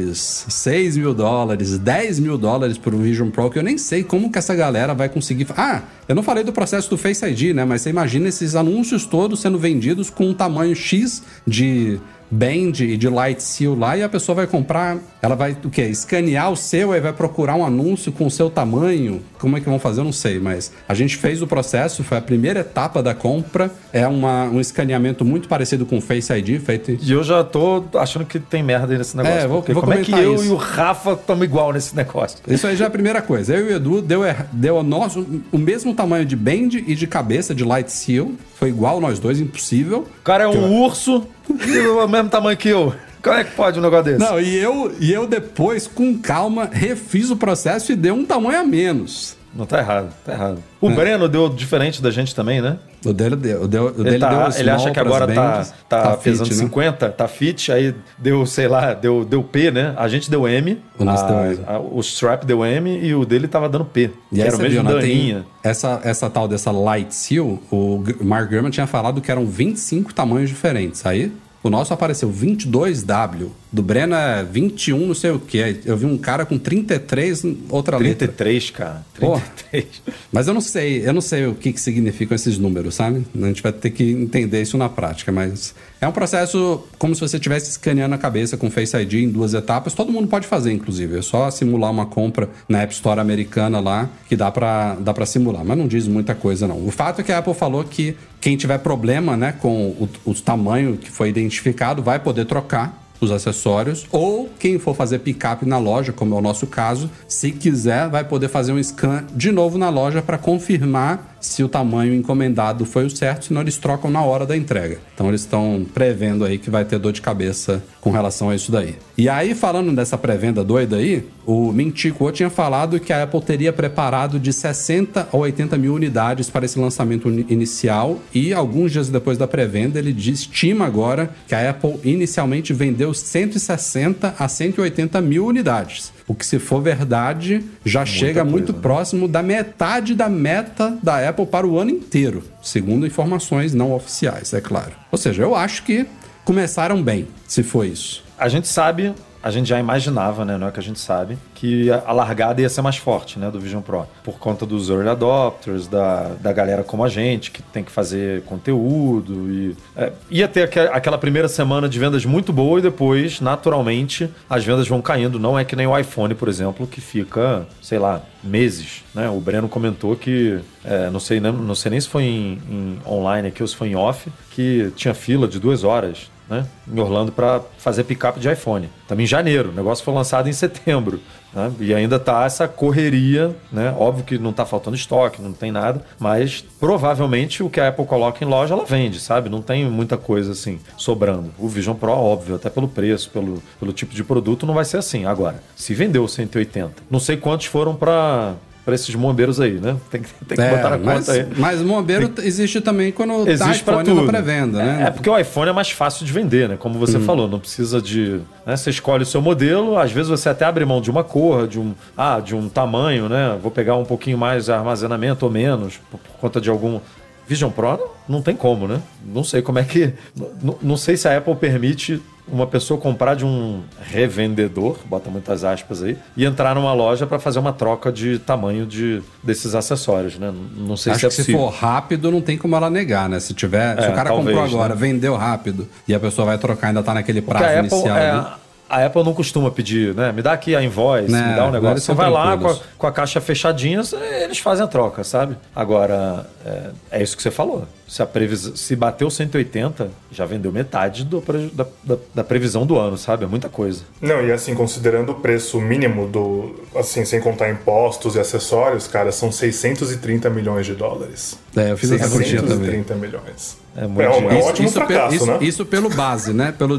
$6.000, $10.000 por um Vision Pro, que eu nem sei como que essa galera vai conseguir... eu não falei do processo do Face ID, né? Mas você imagina esses anúncios todos sendo vendidos com um tamanho X de Band e de Light Seal lá, e a pessoa vai comprar, ela vai o quê? Escanear o seu e vai procurar um anúncio com o seu tamanho. Como é que vão fazer? Eu não sei, mas a gente fez o processo, foi a primeira etapa da compra, é um escaneamento muito parecido com o Face ID feito... E eu já tô achando que tem merda aí nesse negócio. Vou como é que eu e o Rafa estamos igual nesse negócio? Isso aí já é a primeira coisa. Eu e o Edu deu o mesmo tamanho de Band e de cabeça de Light Seal, foi igual nós dois, impossível. O cara é um urso... o mesmo tamanho que eu. Como é que pode um negócio desse? Não, e eu depois, com calma, refiz o processo e dei um tamanho a menos. Não, tá errado. O Breno deu diferente da gente também, né? O dele deu ele acha que agora tá pesando fit, 50, né? Tá fit, aí deu, sei lá, deu P, né? A gente deu M, o strap deu M e o dele tava dando P. E era o mesmo daninha. Essa tal dessa Light Seal, o Mark Gurman tinha falado que eram 25 tamanhos diferentes. Aí o nosso apareceu 22W. Do Breno é 21, não sei o que. Eu vi um cara com 33, outra 33, letra. Cara. 33. Pô, mas eu não sei o que significam esses números, sabe? A gente vai ter que entender isso na prática, mas é um processo como se você estivesse escaneando a cabeça com Face ID em 2 etapas. Todo mundo pode fazer, inclusive. É só simular uma compra na App Store americana lá, que dá pra simular. Mas não diz muita coisa, não. O fato é que a Apple falou que quem tiver problema, né, com o tamanho que foi identificado vai poder trocar os acessórios, ou quem for fazer pick-up na loja, como é o nosso caso, se quiser, vai poder fazer um scan de novo na loja para confirmar se o tamanho encomendado foi o certo, senão eles trocam na hora da entrega. Então eles estão prevendo aí que vai ter dor de cabeça com relação a isso daí. E aí, falando dessa pré-venda doida aí, o Mintico tinha falado que a Apple teria preparado de 60 a 80 mil unidades para esse lançamento inicial, e alguns dias depois da pré-venda ele estima agora que a Apple inicialmente vendeu 160 a 180 mil unidades. O que, se for verdade, já chega muito próximo da metade da meta da Apple para o ano inteiro, segundo informações não oficiais, é claro. Ou seja, eu acho que começaram bem, se for isso. A gente sabe, a gente já imaginava, né? Não é que a gente sabe, que a largada ia ser mais forte, né, do Vision Pro. Por conta dos early adopters, da galera como a gente, que tem que fazer conteúdo. E ia ter aquela primeira semana de vendas muito boa e depois, naturalmente, as vendas vão caindo. Não é que nem o iPhone, por exemplo, que fica, sei lá, meses, né? O Breno comentou que, não sei nem se foi em online aqui ou se foi em off, que tinha fila de 2 horas, né, em Orlando para fazer pick-up de iPhone. Também em janeiro. O negócio foi lançado em setembro. Né? E ainda tá essa correria, né? Óbvio que não tá faltando estoque, não tem nada, mas provavelmente o que a Apple coloca em loja, ela vende, sabe? Não tem muita coisa assim sobrando. O Vision Pro, óbvio, até pelo preço, pelo tipo de produto, não vai ser assim. Agora, se vendeu 180, não sei quantos foram para esses bombeiros aí, né? Tem que botar na conta aí. Mas o bombeiro existe também quando existe tá iPhone na pré-venda, né? É porque o iPhone é mais fácil de vender, né? Como você falou, não precisa de... Né? Você escolhe o seu modelo, às vezes você até abre mão de uma cor, de um tamanho, né? Vou pegar um pouquinho mais de armazenamento ou menos, por conta de algum... Vision Pro não tem como, né? Não sei como é que... Não sei se a Apple permite uma pessoa comprar de um revendedor, bota muitas aspas aí, e entrar numa loja para fazer uma troca de tamanho desses acessórios, né? Não sei se é possível. Se for rápido, não tem como ela negar, né? Se o cara talvez, comprou agora, né? Vendeu rápido, e a pessoa vai trocar, ainda tá naquele prazo inicial. A Apple não costuma pedir, né? Me dá aqui a invoice, me dá um negócio. Você vai lá com a caixa fechadinha, eles fazem a troca, sabe? Agora, é isso que você falou. Se bateu 180, já vendeu metade da previsão do ano, sabe? É muita coisa. Não, e assim, considerando o preço mínimo assim, sem contar impostos e acessórios, cara, são 630 milhões de dólares. Eu fiz essa curtinha também. 630 milhões. É um ótimo fracasso, né? Isso pelo base, né? Pelo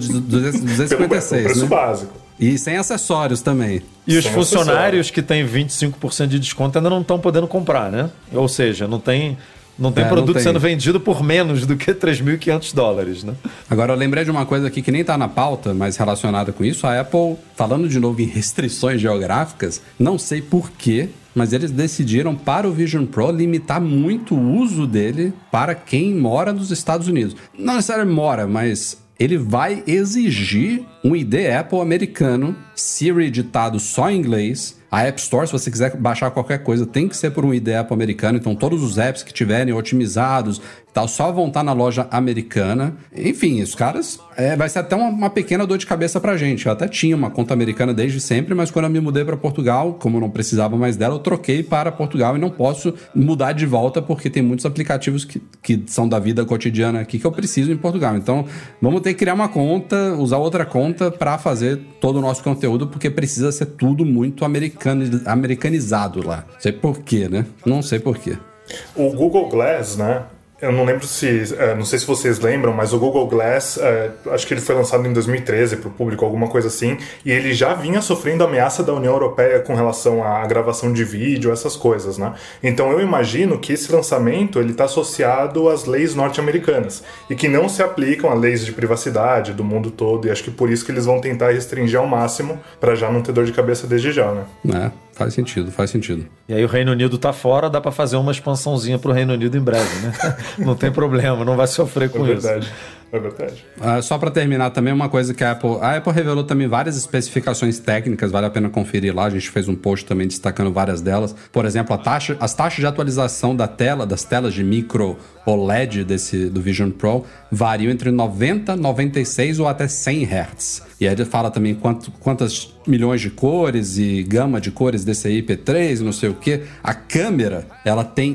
256, pelo preço básico. E sem acessórios também. E os funcionários que têm 25% de desconto ainda não estão podendo comprar, né? Ou seja, não tem produto sendo vendido por menos do que $3.500, né? Agora, eu lembrei de uma coisa aqui que nem tá na pauta, mas relacionada com isso. A Apple, falando de novo em restrições geográficas, não sei porquê, mas eles decidiram, para o Vision Pro, limitar muito o uso dele para quem mora nos Estados Unidos. Não necessariamente mora, mas ele vai exigir um ID Apple americano, Siri ditado só em inglês. A App Store, se você quiser baixar qualquer coisa, tem que ser por um ID Apple americano. Então, todos os apps que tiverem otimizados e tal, só vão estar na loja americana. Enfim, os caras... vai ser até uma pequena dor de cabeça pra gente. Eu até tinha uma conta americana desde sempre, mas quando eu me mudei para Portugal, como eu não precisava mais dela, eu troquei para Portugal e não posso mudar de volta porque tem muitos aplicativos que são da vida cotidiana aqui que eu preciso em Portugal. Então, vamos ter que criar uma conta, usar outra conta para fazer todo o nosso conteúdo, porque precisa ser tudo muito americanizado lá. Não sei porquê, né? Não sei porquê. O Google Glass, né? Eu não lembro não sei se vocês lembram, mas o Google Glass, acho que ele foi lançado em 2013 para o público, alguma coisa assim, e ele já vinha sofrendo ameaça da União Europeia com relação à gravação de vídeo, essas coisas, né? Então eu imagino que esse lançamento ele está associado às leis norte-americanas e que não se aplicam a leis de privacidade do mundo todo, e acho que por isso que eles vão tentar restringir ao máximo para já não ter dor de cabeça desde já, né? Faz sentido, faz sentido. E aí o Reino Unido tá fora, dá para fazer uma expansãozinha pro Reino Unido em breve, né? Não tem problema, não vai sofrer com isso. É verdade. Só para terminar também, uma coisa que a Apple revelou também várias especificações técnicas, vale a pena conferir lá, a gente fez um post também destacando várias delas. Por exemplo, as taxas de atualização das telas de micro OLED do Vision Pro variam entre 90, 96 ou até 100 Hz. E aí ele fala também quantas milhões de cores e gama de cores desse aí, IP3, não sei o que. A câmera, ela tem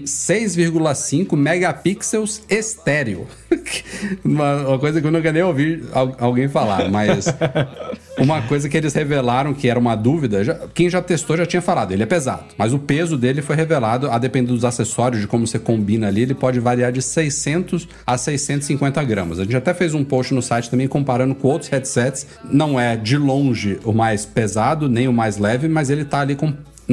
6,5 megapixels estéreo. Uma coisa que eu nunca nem ouvi alguém falar, mas uma coisa que eles revelaram que era uma dúvida, quem já testou já tinha falado, ele é pesado, mas o peso dele foi revelado, a depender dos acessórios, de como você combina ali, ele pode variar de 600 a 650 gramas. A gente até fez um post no site também comparando com outros headsets, não é de longe o mais pesado, nem o mais leve, mas ele tá ali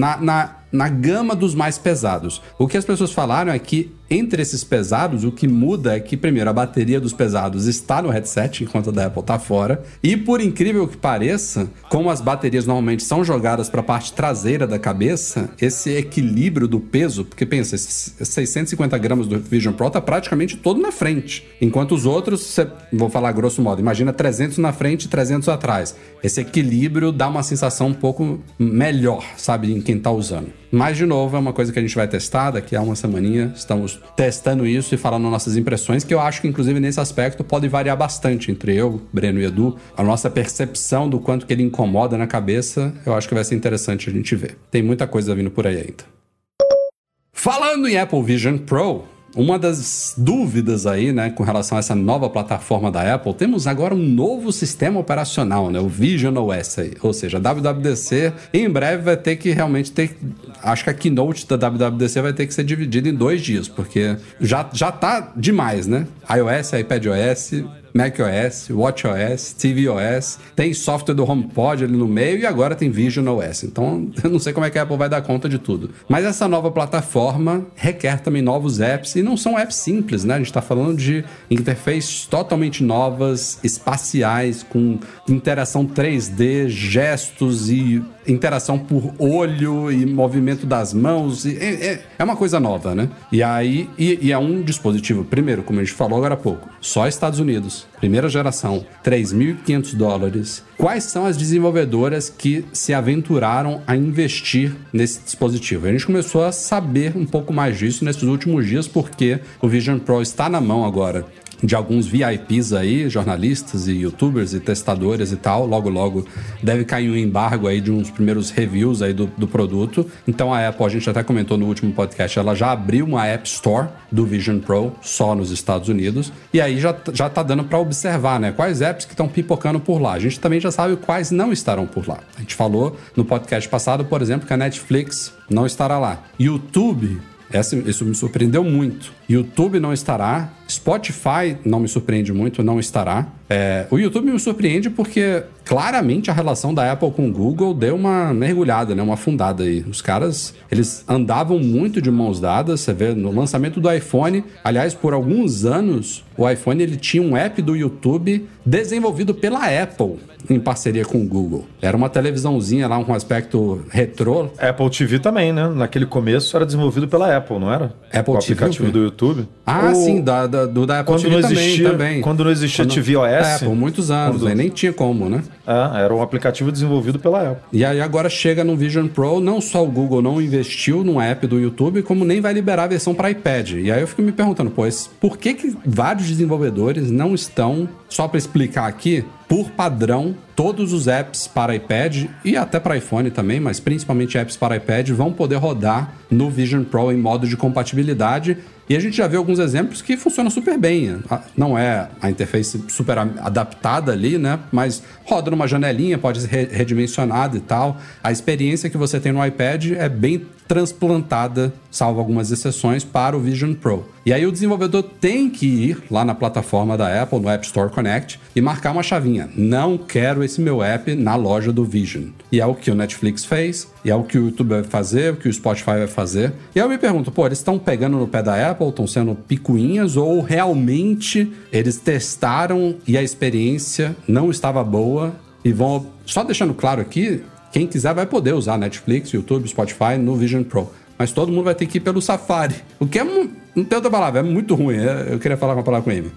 na gama dos mais pesados. O que as pessoas falaram é que entre esses pesados, o que muda é que, primeiro, a bateria dos pesados está no headset, enquanto a da Apple está fora. E, por incrível que pareça, como as baterias normalmente são jogadas para a parte traseira da cabeça, esse equilíbrio do peso, porque pensa, esses 650 gramas do Vision Pro está praticamente todo na frente. Enquanto os outros, vou falar grosso modo, imagina 300 na frente e 300 atrás. Esse equilíbrio dá uma sensação um pouco melhor, sabe, em quem está usando. Mas, de novo, é uma coisa que a gente vai testar daqui a uma semaninha. Estamos testando isso e falando nossas impressões, que eu acho que, inclusive, nesse aspecto pode variar bastante entre eu, Breno e Edu. A nossa percepção do quanto que ele incomoda na cabeça, eu acho que vai ser interessante a gente ver. Tem muita coisa vindo por aí ainda. Falando em Apple Vision Pro, uma das dúvidas aí, né, com relação a essa nova plataforma da Apple, temos agora um novo sistema operacional, né, o Vision OS aí, ou seja, a WWDC em breve vai ter que realmente acho que a keynote da WWDC vai ter que ser dividida em 2 dias, porque já tá demais, né, iOS, iPadOS, macOS, watchOS, tvOS, tem software do HomePod ali no meio e agora tem visionOS. Então, eu não sei como é que a Apple vai dar conta de tudo. Mas essa nova plataforma requer também novos apps, e não são apps simples, né? A gente está falando de interfaces totalmente novas, espaciais, com interação 3D, gestos e interação por olho e movimento das mãos. É uma coisa nova, né? E aí, é um dispositivo, primeiro, como a gente falou agora há pouco, só Estados Unidos, primeira geração, $3.500. Quais são as desenvolvedoras que se aventuraram a investir nesse dispositivo? A gente começou a saber um pouco mais disso nesses últimos dias, porque o Vision Pro está na mão agora de alguns VIPs aí, jornalistas e youtubers e testadores e tal. Logo, logo deve cair um embargo aí de uns primeiros reviews aí do produto. Então a Apple, a gente até comentou no último podcast, ela já abriu uma App Store do Vision Pro só nos Estados Unidos. E aí já tá dando para observar, né? Quais apps que estão pipocando por lá. A gente também já sabe quais não estarão por lá. A gente falou no podcast passado, por exemplo, que a Netflix não estará lá. YouTube, isso me surpreendeu muito. YouTube não estará. Spotify não me surpreende muito, não estará. O YouTube me surpreende porque claramente a relação da Apple com o Google deu uma mergulhada, né? Uma afundada aí. Os caras, eles andavam muito de mãos dadas. Você vê no lançamento do iPhone. Aliás, por alguns anos, o iPhone ele tinha um app do YouTube desenvolvido pela Apple em parceria com o Google. Era uma televisãozinha lá com um aspecto retrô. Apple TV também, né? Naquele começo era desenvolvido pela Apple, não era? Apple o TV, aplicativo do YouTube. Sim, da Apple quando TV não existia, também. Quando não existia tvOS. Por muitos anos, nem tinha como, né? Era um aplicativo desenvolvido pela Apple. E aí agora chega no Vision Pro, não só o Google não investiu no app do YouTube, como nem vai liberar a versão para iPad. E aí eu fico me perguntando, por que vários desenvolvedores não estão, só para explicar aqui, por padrão, todos os apps para iPad e até para iPhone também, mas principalmente apps para iPad, vão poder rodar no Vision Pro em modo de compatibilidade. E a gente já viu alguns exemplos que funcionam super bem. Não é a interface super adaptada ali, né? Mas roda numa janelinha, pode ser redimensionada e tal. A experiência que você tem no iPad é bem transplantada, salvo algumas exceções, para o Vision Pro. E aí o desenvolvedor tem que ir lá na plataforma da Apple, no App Store Connect, e marcar uma chavinha. Não quero esse meu app na loja do Vision. E é o que o Netflix fez, e é o que o YouTube vai fazer, o que o Spotify vai fazer. E aí eu me pergunto, eles estão pegando no pé da Apple, estão sendo picuinhas, ou realmente eles testaram e a experiência não estava boa e vão... Só deixando claro aqui, quem quiser vai poder usar Netflix, YouTube, Spotify no Vision Pro. Mas todo mundo vai ter que ir pelo Safari. O que não tem outra palavra, é muito ruim. Eu queria falar uma palavra com ele.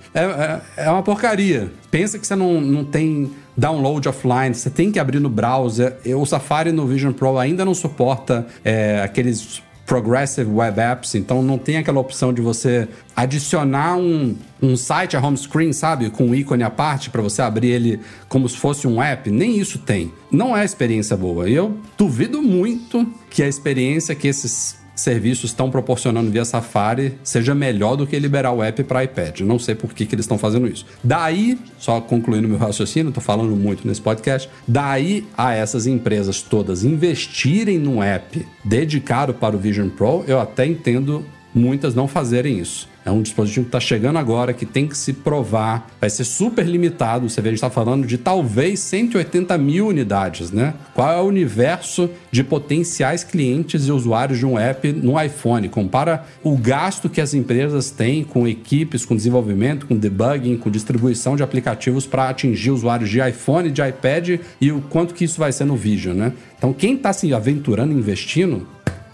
É uma porcaria. Pensa que você não tem download offline, você tem que abrir no browser. O Safari no Vision Pro ainda não suporta aqueles Progressive Web Apps, então não tem aquela opção de você adicionar um site a home screen, sabe? Com um ícone à parte para você abrir ele como se fosse um app. Nem isso tem. Não é experiência boa. E eu duvido muito que a experiência que esses serviços estão proporcionando via Safari seja melhor do que liberar o app para iPad. Não sei por que eles estão fazendo isso. Daí, só concluindo meu raciocínio, tô falando muito nesse podcast, daí a essas empresas todas investirem num app dedicado para o Vision Pro, eu até entendo muitas não fazerem isso. É um dispositivo que está chegando agora, que tem que se provar, vai ser super limitado. Você vê, a gente está falando de talvez 180 mil unidades, né? Qual é o universo de potenciais clientes e usuários de um app no iPhone? Compara o gasto que as empresas têm com equipes, com desenvolvimento, com debugging, com distribuição de aplicativos para atingir usuários de iPhone, de iPad e o quanto que isso vai ser no Vision, né? Então, quem está se aventurando, investindo,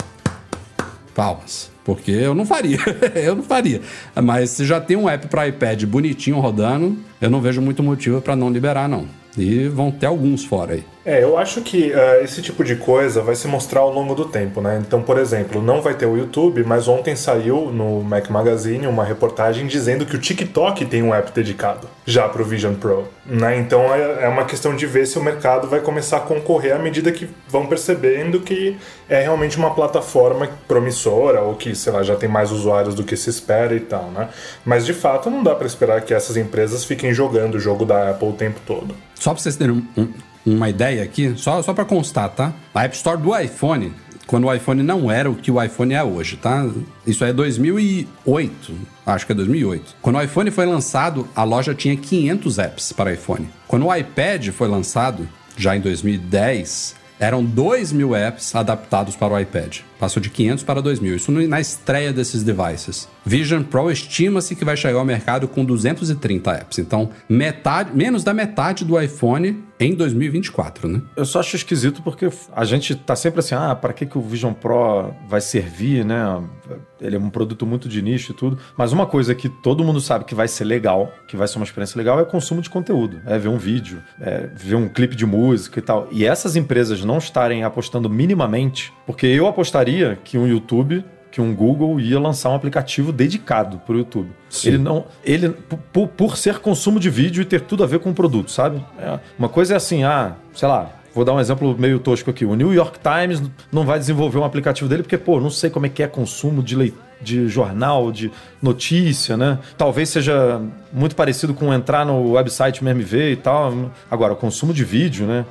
palmas. Porque eu não faria, Mas se já tem um app para iPad bonitinho rodando, eu não vejo muito motivo para não liberar, não. E vão ter alguns fora aí. Eu acho que esse tipo de coisa vai se mostrar ao longo do tempo, né? Então, por exemplo, não vai ter o YouTube, mas ontem saiu no Mac Magazine uma reportagem dizendo que o TikTok tem um app dedicado já para o Vision Pro, né? Então é uma questão de ver se o mercado vai começar a concorrer à medida que vão percebendo que é realmente uma plataforma promissora ou que, sei lá, já tem mais usuários do que se espera e tal, né? Mas de fato não dá para esperar que essas empresas fiquem jogando o jogo da Apple o tempo todo. Só para vocês terem uma ideia aqui, só para constar, tá? A App Store do iPhone quando o iPhone não era o que o iPhone é hoje, tá? Isso é 2008, acho que é 2008. Quando o iPhone foi lançado, a loja tinha 500 apps para iPhone. Quando o iPad foi lançado, já em 2010, eram 2.000 apps adaptados para o iPad. Passou de 500 para 2.000. Isso na estreia desses devices. Vision Pro estima-se que vai chegar ao mercado com 230 apps. Então, menos da metade do iPhone em 2024, né? Eu só acho esquisito porque a gente tá sempre assim, para que o Vision Pro vai servir, né? Ele é um produto muito de nicho e tudo. Mas uma coisa que todo mundo sabe que vai ser legal, que vai ser uma experiência legal, é o consumo de conteúdo. É ver um vídeo, é ver um clipe de música e tal. E essas empresas não estarem apostando minimamente, porque eu apostaria que um YouTube, que um Google ia lançar um aplicativo dedicado para o YouTube. Sim. Por ser consumo de vídeo e ter tudo a ver com o produto, sabe? Uma coisa é assim, sei lá, vou dar um exemplo meio tosco aqui. O New York Times não vai desenvolver um aplicativo dele porque, não sei como é que é consumo de jornal, de notícia, né? Talvez seja muito parecido com entrar no website mesmo e ver e tal. Agora, o consumo de vídeo, né?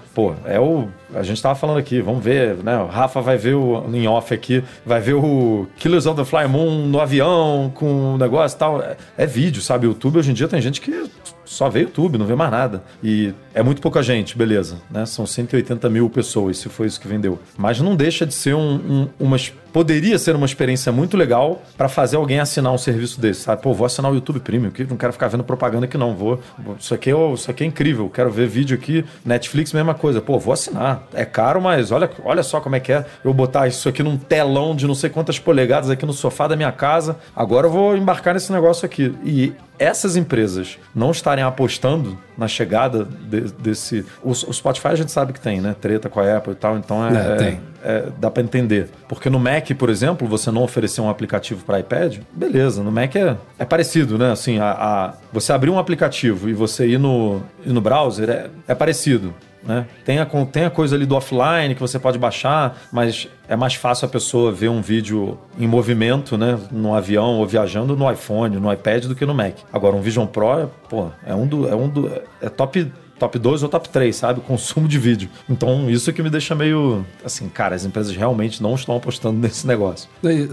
A gente tava falando aqui, vamos ver, né? O Rafa vai ver em off aqui, vai ver o Killers of the Flower Moon no avião com o negócio e tal. É vídeo, sabe? O YouTube, hoje em dia, tem gente que só vê YouTube, não vê mais nada. E é muito pouca gente, beleza, né? São 180 mil pessoas, se foi isso que vendeu. Mas não deixa de ser poderia ser uma experiência muito legal para fazer alguém assinar um serviço desse, sabe? Vou assinar o YouTube Premium, que não quero ficar vendo propaganda aqui não, isso aqui é incrível, quero ver vídeo aqui, Netflix, mesma coisa, vou assinar. É caro, mas olha só como é que é eu botar isso aqui num telão de não sei quantas polegadas aqui no sofá da minha casa, agora eu vou embarcar nesse negócio aqui. E essas empresas não estarem apostando na chegada desse... O Spotify a gente sabe que tem, né? Treta com a Apple e tal, então dá para entender. Porque no Mac, por exemplo, você não oferecer um aplicativo para iPad, beleza, no Mac é parecido, né? Assim, você abrir um aplicativo e você ir no browser é parecido. Né? Tem a coisa ali do offline que você pode baixar, mas é mais fácil a pessoa ver um vídeo em movimento, né? No avião ou viajando no iPhone, no iPad do que no Mac. Agora, um Vision Pro é top 2 ou top 3, sabe? Consumo de vídeo. Então, isso é que me deixa meio... Assim, cara, as empresas realmente não estão apostando nesse negócio.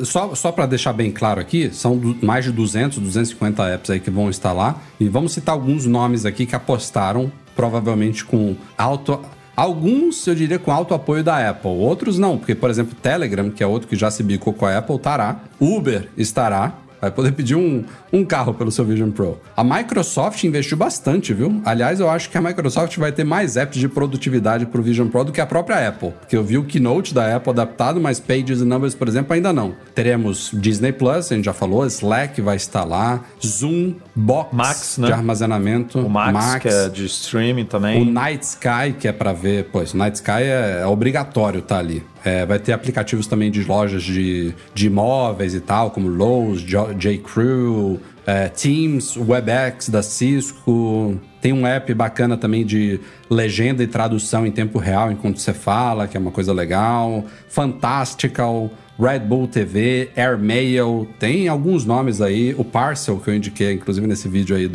Só para deixar bem claro aqui, são mais de 250 apps aí que vão instalar. E vamos citar alguns nomes aqui que apostaram, provavelmente com alguns, eu diria, com alto apoio da Apple. Outros não, porque, por exemplo, Telegram, que é outro que já se bicou com a Apple, estará. Uber estará. Vai poder pedir um carro pelo seu Vision Pro. A Microsoft investiu bastante, viu? Aliás, eu acho que a Microsoft vai ter mais apps de produtividade pro Vision Pro do que a própria Apple. Porque eu vi o Keynote da Apple adaptado, mas Pages e Numbers, por exemplo, ainda não. Teremos Disney Plus, a gente já falou, Slack vai estar lá, Zoom, Box Max, né? De armazenamento. O Max, que é de streaming também. O Night Sky, que é para ver... Pô, o Night Sky é obrigatório estar ali. Vai ter aplicativos também de lojas de imóveis e tal, como Lowe's, J.Crew, Teams, WebEx da Cisco. Tem um app bacana também de legenda e tradução em tempo real enquanto você fala, que é uma coisa legal. Fantastical, Red Bull TV, Airmail, tem alguns nomes aí. O Parcel, que eu indiquei, inclusive, nesse vídeo aí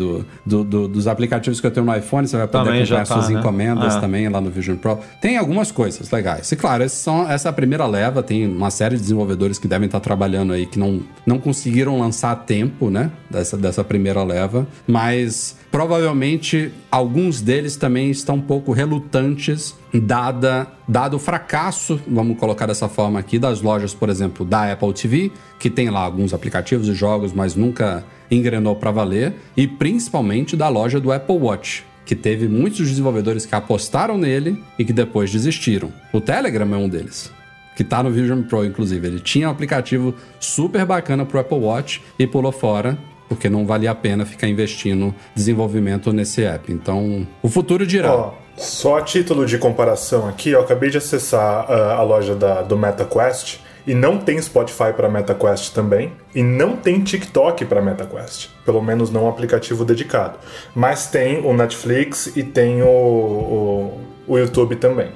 dos aplicativos que eu tenho no iPhone, você vai poder também acompanhar suas encomendas né? também lá no Vision Pro. Tem algumas coisas legais. E claro, essa é a primeira leva, tem uma série de desenvolvedores que devem estar trabalhando aí, que não conseguiram lançar a tempo, né, dessa primeira leva, mas provavelmente alguns deles também estão um pouco relutantes, dado o fracasso, vamos colocar dessa forma aqui, das lojas, por exemplo, da Apple TV, que tem lá alguns aplicativos e jogos, mas nunca engrenou para valer, e principalmente da loja do Apple Watch, que teve muitos desenvolvedores que apostaram nele e que depois desistiram. O Telegram é um deles, que tá no Vision Pro, inclusive. Ele tinha um aplicativo super bacana pro Apple Watch e pulou fora, porque não valia a pena ficar investindo desenvolvimento nesse app. Então, o futuro dirá. Só a título de comparação aqui, eu acabei de acessar a loja do MetaQuest e não tem Spotify para MetaQuest também, e não tem TikTok para MetaQuest, pelo menos não um aplicativo dedicado. Mas tem o Netflix e tem o YouTube também.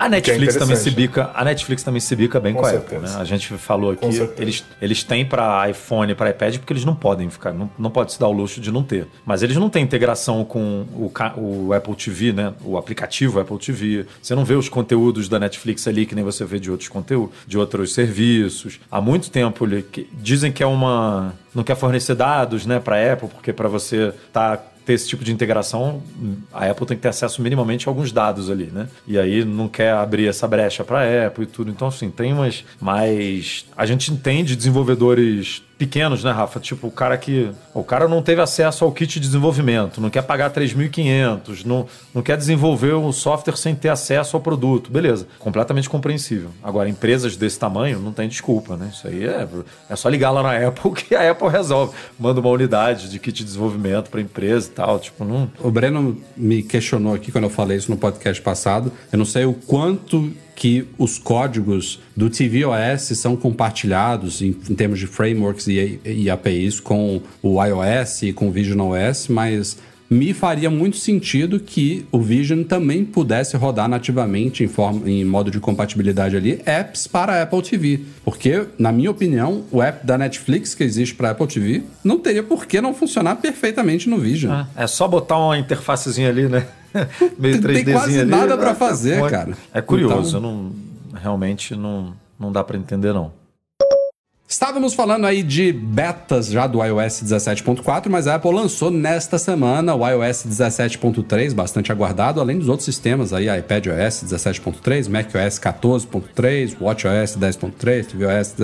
A Netflix também se interessante. bica bem com a Apple, certeza. né? A gente falou aqui, Com certeza. eles têm para iPhone e para iPad porque eles não podem ficar, não pode se dar o luxo de não ter. Mas eles não têm integração com o Apple TV, né? O aplicativo Apple TV. Você não vê os conteúdos da Netflix ali que nem você vê de outros conteúdos, de outros serviços. Há muito tempo dizem que não quer fornecer dados, né, para Apple, porque para você ter esse tipo de integração, a Apple tem que ter acesso minimamente a alguns dados ali, né? E aí não quer abrir essa brecha para a Apple e tudo. Então, assim, tem umas... Mas a gente entende desenvolvedores pequenos, né, Rafa? Tipo, o cara não teve acesso ao kit de desenvolvimento, não quer pagar 3.500, não quer desenvolver o software sem ter acesso ao produto. Beleza, completamente compreensível. Agora, empresas desse tamanho não tem desculpa, né? Isso aí é só ligar lá na Apple que a Apple resolve. Manda uma unidade de kit de desenvolvimento para empresa e tal. Tipo, não... O Breno me questionou aqui quando eu falei isso no podcast passado. Eu não sei o quanto que os códigos do tvOS são compartilhados em termos de frameworks e APIs com o iOS e com o VisionOS, mas me faria muito sentido que o Vision também pudesse rodar nativamente em modo de compatibilidade ali, apps para a Apple TV. Porque, na minha opinião, o app da Netflix que existe para a Apple TV não teria por que não funcionar perfamente no Vision. É só botar uma interfacezinha ali, né? Meio 3Dzinho tem quase ali, nada para fazer, cara. É curioso, realmente não dá para entender, não. Estávamos falando aí de betas já do iOS 17.4, mas a Apple lançou nesta semana o iOS 17.3, bastante aguardado, além dos outros sistemas aí, iPadOS 17.3, macOS 14.3, watchOS 10.3, tvOS,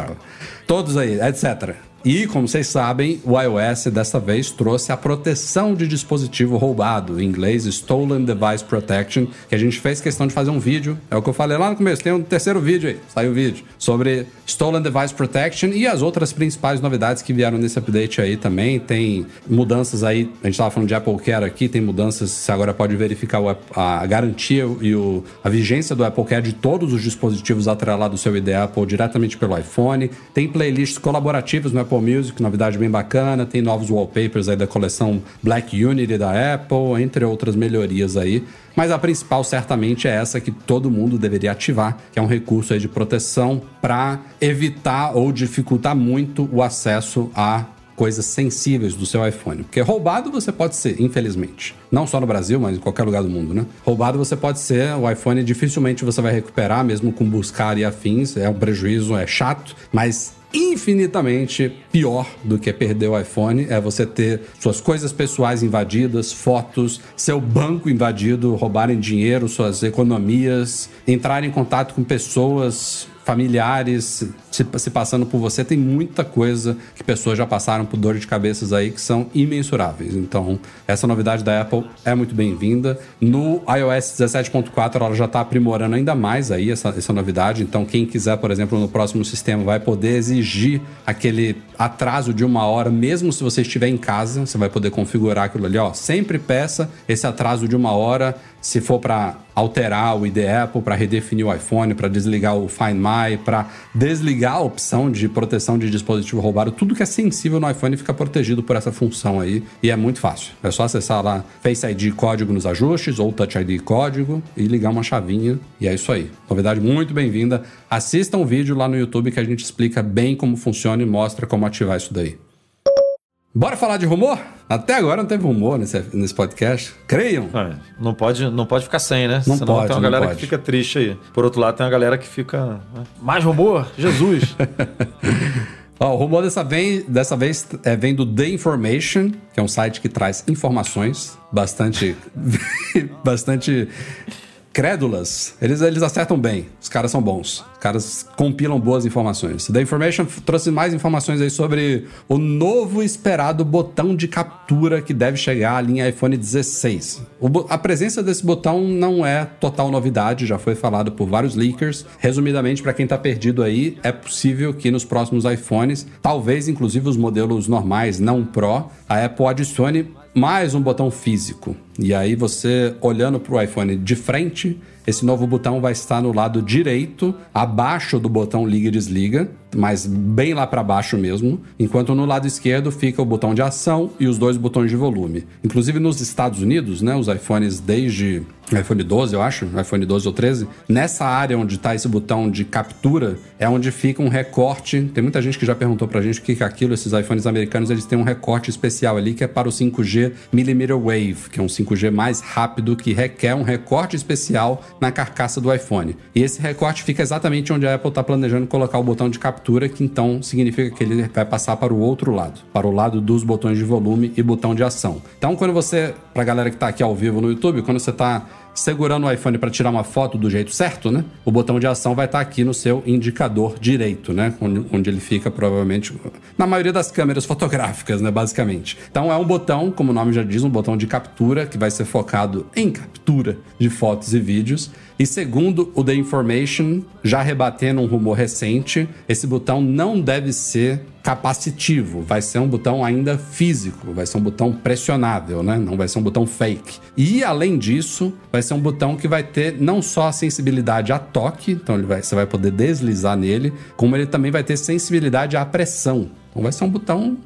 todos aí, etc. E, como vocês sabem, o iOS dessa vez trouxe a proteção de dispositivo roubado, em inglês Stolen Device Protection, que a gente fez questão de fazer um vídeo, é o que eu falei lá no começo, tem um terceiro vídeo aí, saiu o vídeo, sobre Stolen Device Protection e as outras principais novidades que vieram nesse update aí também. Tem mudanças aí, a gente estava falando de Apple Care aqui, tem mudanças, você agora pode verificar a garantia e a vigência do Apple Care de todos os dispositivos atrelados ao seu ID Apple diretamente pelo iPhone, tem playlists colaborativas no Apple Music, novidade bem bacana, tem novos wallpapers aí da coleção Black Unity da Apple, entre outras melhorias aí. Mas a principal certamente é essa que todo mundo deveria ativar, que é um recurso aí de proteção para evitar ou dificultar muito o acesso a coisas sensíveis do seu iPhone. Porque roubado você pode ser, infelizmente. Não só no Brasil, mas em qualquer lugar do mundo, né? Roubado você pode ser, o iPhone dificilmente você vai recuperar, mesmo com buscar e afins. É um prejuízo, é chato, mas infinitamente pior do que perder o iPhone é você ter suas coisas pessoais invadidas, fotos, seu banco invadido, roubarem dinheiro, suas economias, entrar em contato com pessoas, familiares se passando por você. Tem muita coisa que pessoas já passaram por dor de cabeças aí que são imensuráveis. Então, essa novidade da Apple é muito bem-vinda. No iOS 17.4, ela já está aprimorando ainda mais aí essa novidade. Então, quem quiser, por exemplo, no próximo sistema, vai poder exigir aquele atraso de 1 hora, mesmo se você estiver em casa. Você vai poder configurar aquilo ali, ó. Sempre peça esse atraso de 1 hora, se for para alterar o ID Apple, para redefinir o iPhone, para desligar o Find My, para desligar a opção de proteção de dispositivo roubado. Tudo que é sensível no iPhone fica protegido por essa função aí, e é muito fácil. É só acessar lá Face ID código nos ajustes ou Touch ID código e ligar uma chavinha, e é isso aí. Novidade muito bem-vinda. Assistam um vídeo lá no YouTube que a gente explica bem como funciona e mostra como ativar isso daí. Bora falar de rumor? Até agora não teve rumor nesse podcast. Creiam! Não pode ficar sem, né? Não Senão pode, tem uma galera que fica triste aí. Por outro lado, tem uma galera que fica... Mais rumor? Jesus! O rumor dessa vez vem do The Information, que é um site que traz informações bastante crédulas. Eles acertam bem. Os caras são bons. Os caras compilam boas informações. The Information trouxe mais informações aí sobre o novo esperado botão de captura que deve chegar à linha iPhone 16. A presença desse botão não é total novidade, já foi falado por vários leakers. Resumidamente, para quem tá perdido aí, é possível que nos próximos iPhones, talvez inclusive os modelos normais, não Pro, a Apple adicione mais um botão físico. E aí você, olhando para o iPhone de frente, esse novo botão vai estar no lado direito, abaixo do botão liga e desliga. mas bem lá para baixo mesmo, enquanto no lado esquerdo fica o botão de ação e os 2 botões de volume. Inclusive nos Estados Unidos, né, os iPhones desde iPhone 12, eu acho, iPhone 12 ou 13, nessa área onde está esse botão de captura, é onde fica um recorte. Tem muita gente que já perguntou pra gente o que é aquilo. Esses iPhones americanos, eles têm um recorte especial ali, que é para o 5G Millimeter Wave, que é um 5G mais rápido, que requer um recorte especial na carcaça do iPhone. E esse recorte fica exatamente onde a Apple está planejando colocar o botão de captura, que então significa que ele vai passar para o outro lado, para o lado dos botões de volume e botão de ação. Então, quando você, pra galera que tá aqui ao vivo no YouTube, quando você tá segurando o iPhone para tirar uma foto do jeito certo, né? O botão de ação vai estar aqui no seu indicador direito, né? Onde ele fica, provavelmente, na maioria das câmeras fotográficas, né? Basicamente. Então é um botão, como o nome já diz, um botão de captura, que vai ser focado em captura de fotos e vídeos. E segundo o The Information, já rebatendo um rumor recente, esse botão não deve ser capacitivo, vai ser um botão ainda físico, vai ser um botão pressionável, né? Não vai ser um botão fake. E além disso, vai ser um botão que vai ter não só a sensibilidade a toque, então você vai poder deslizar nele, como ele também vai ter sensibilidade à pressão. Então vai ser um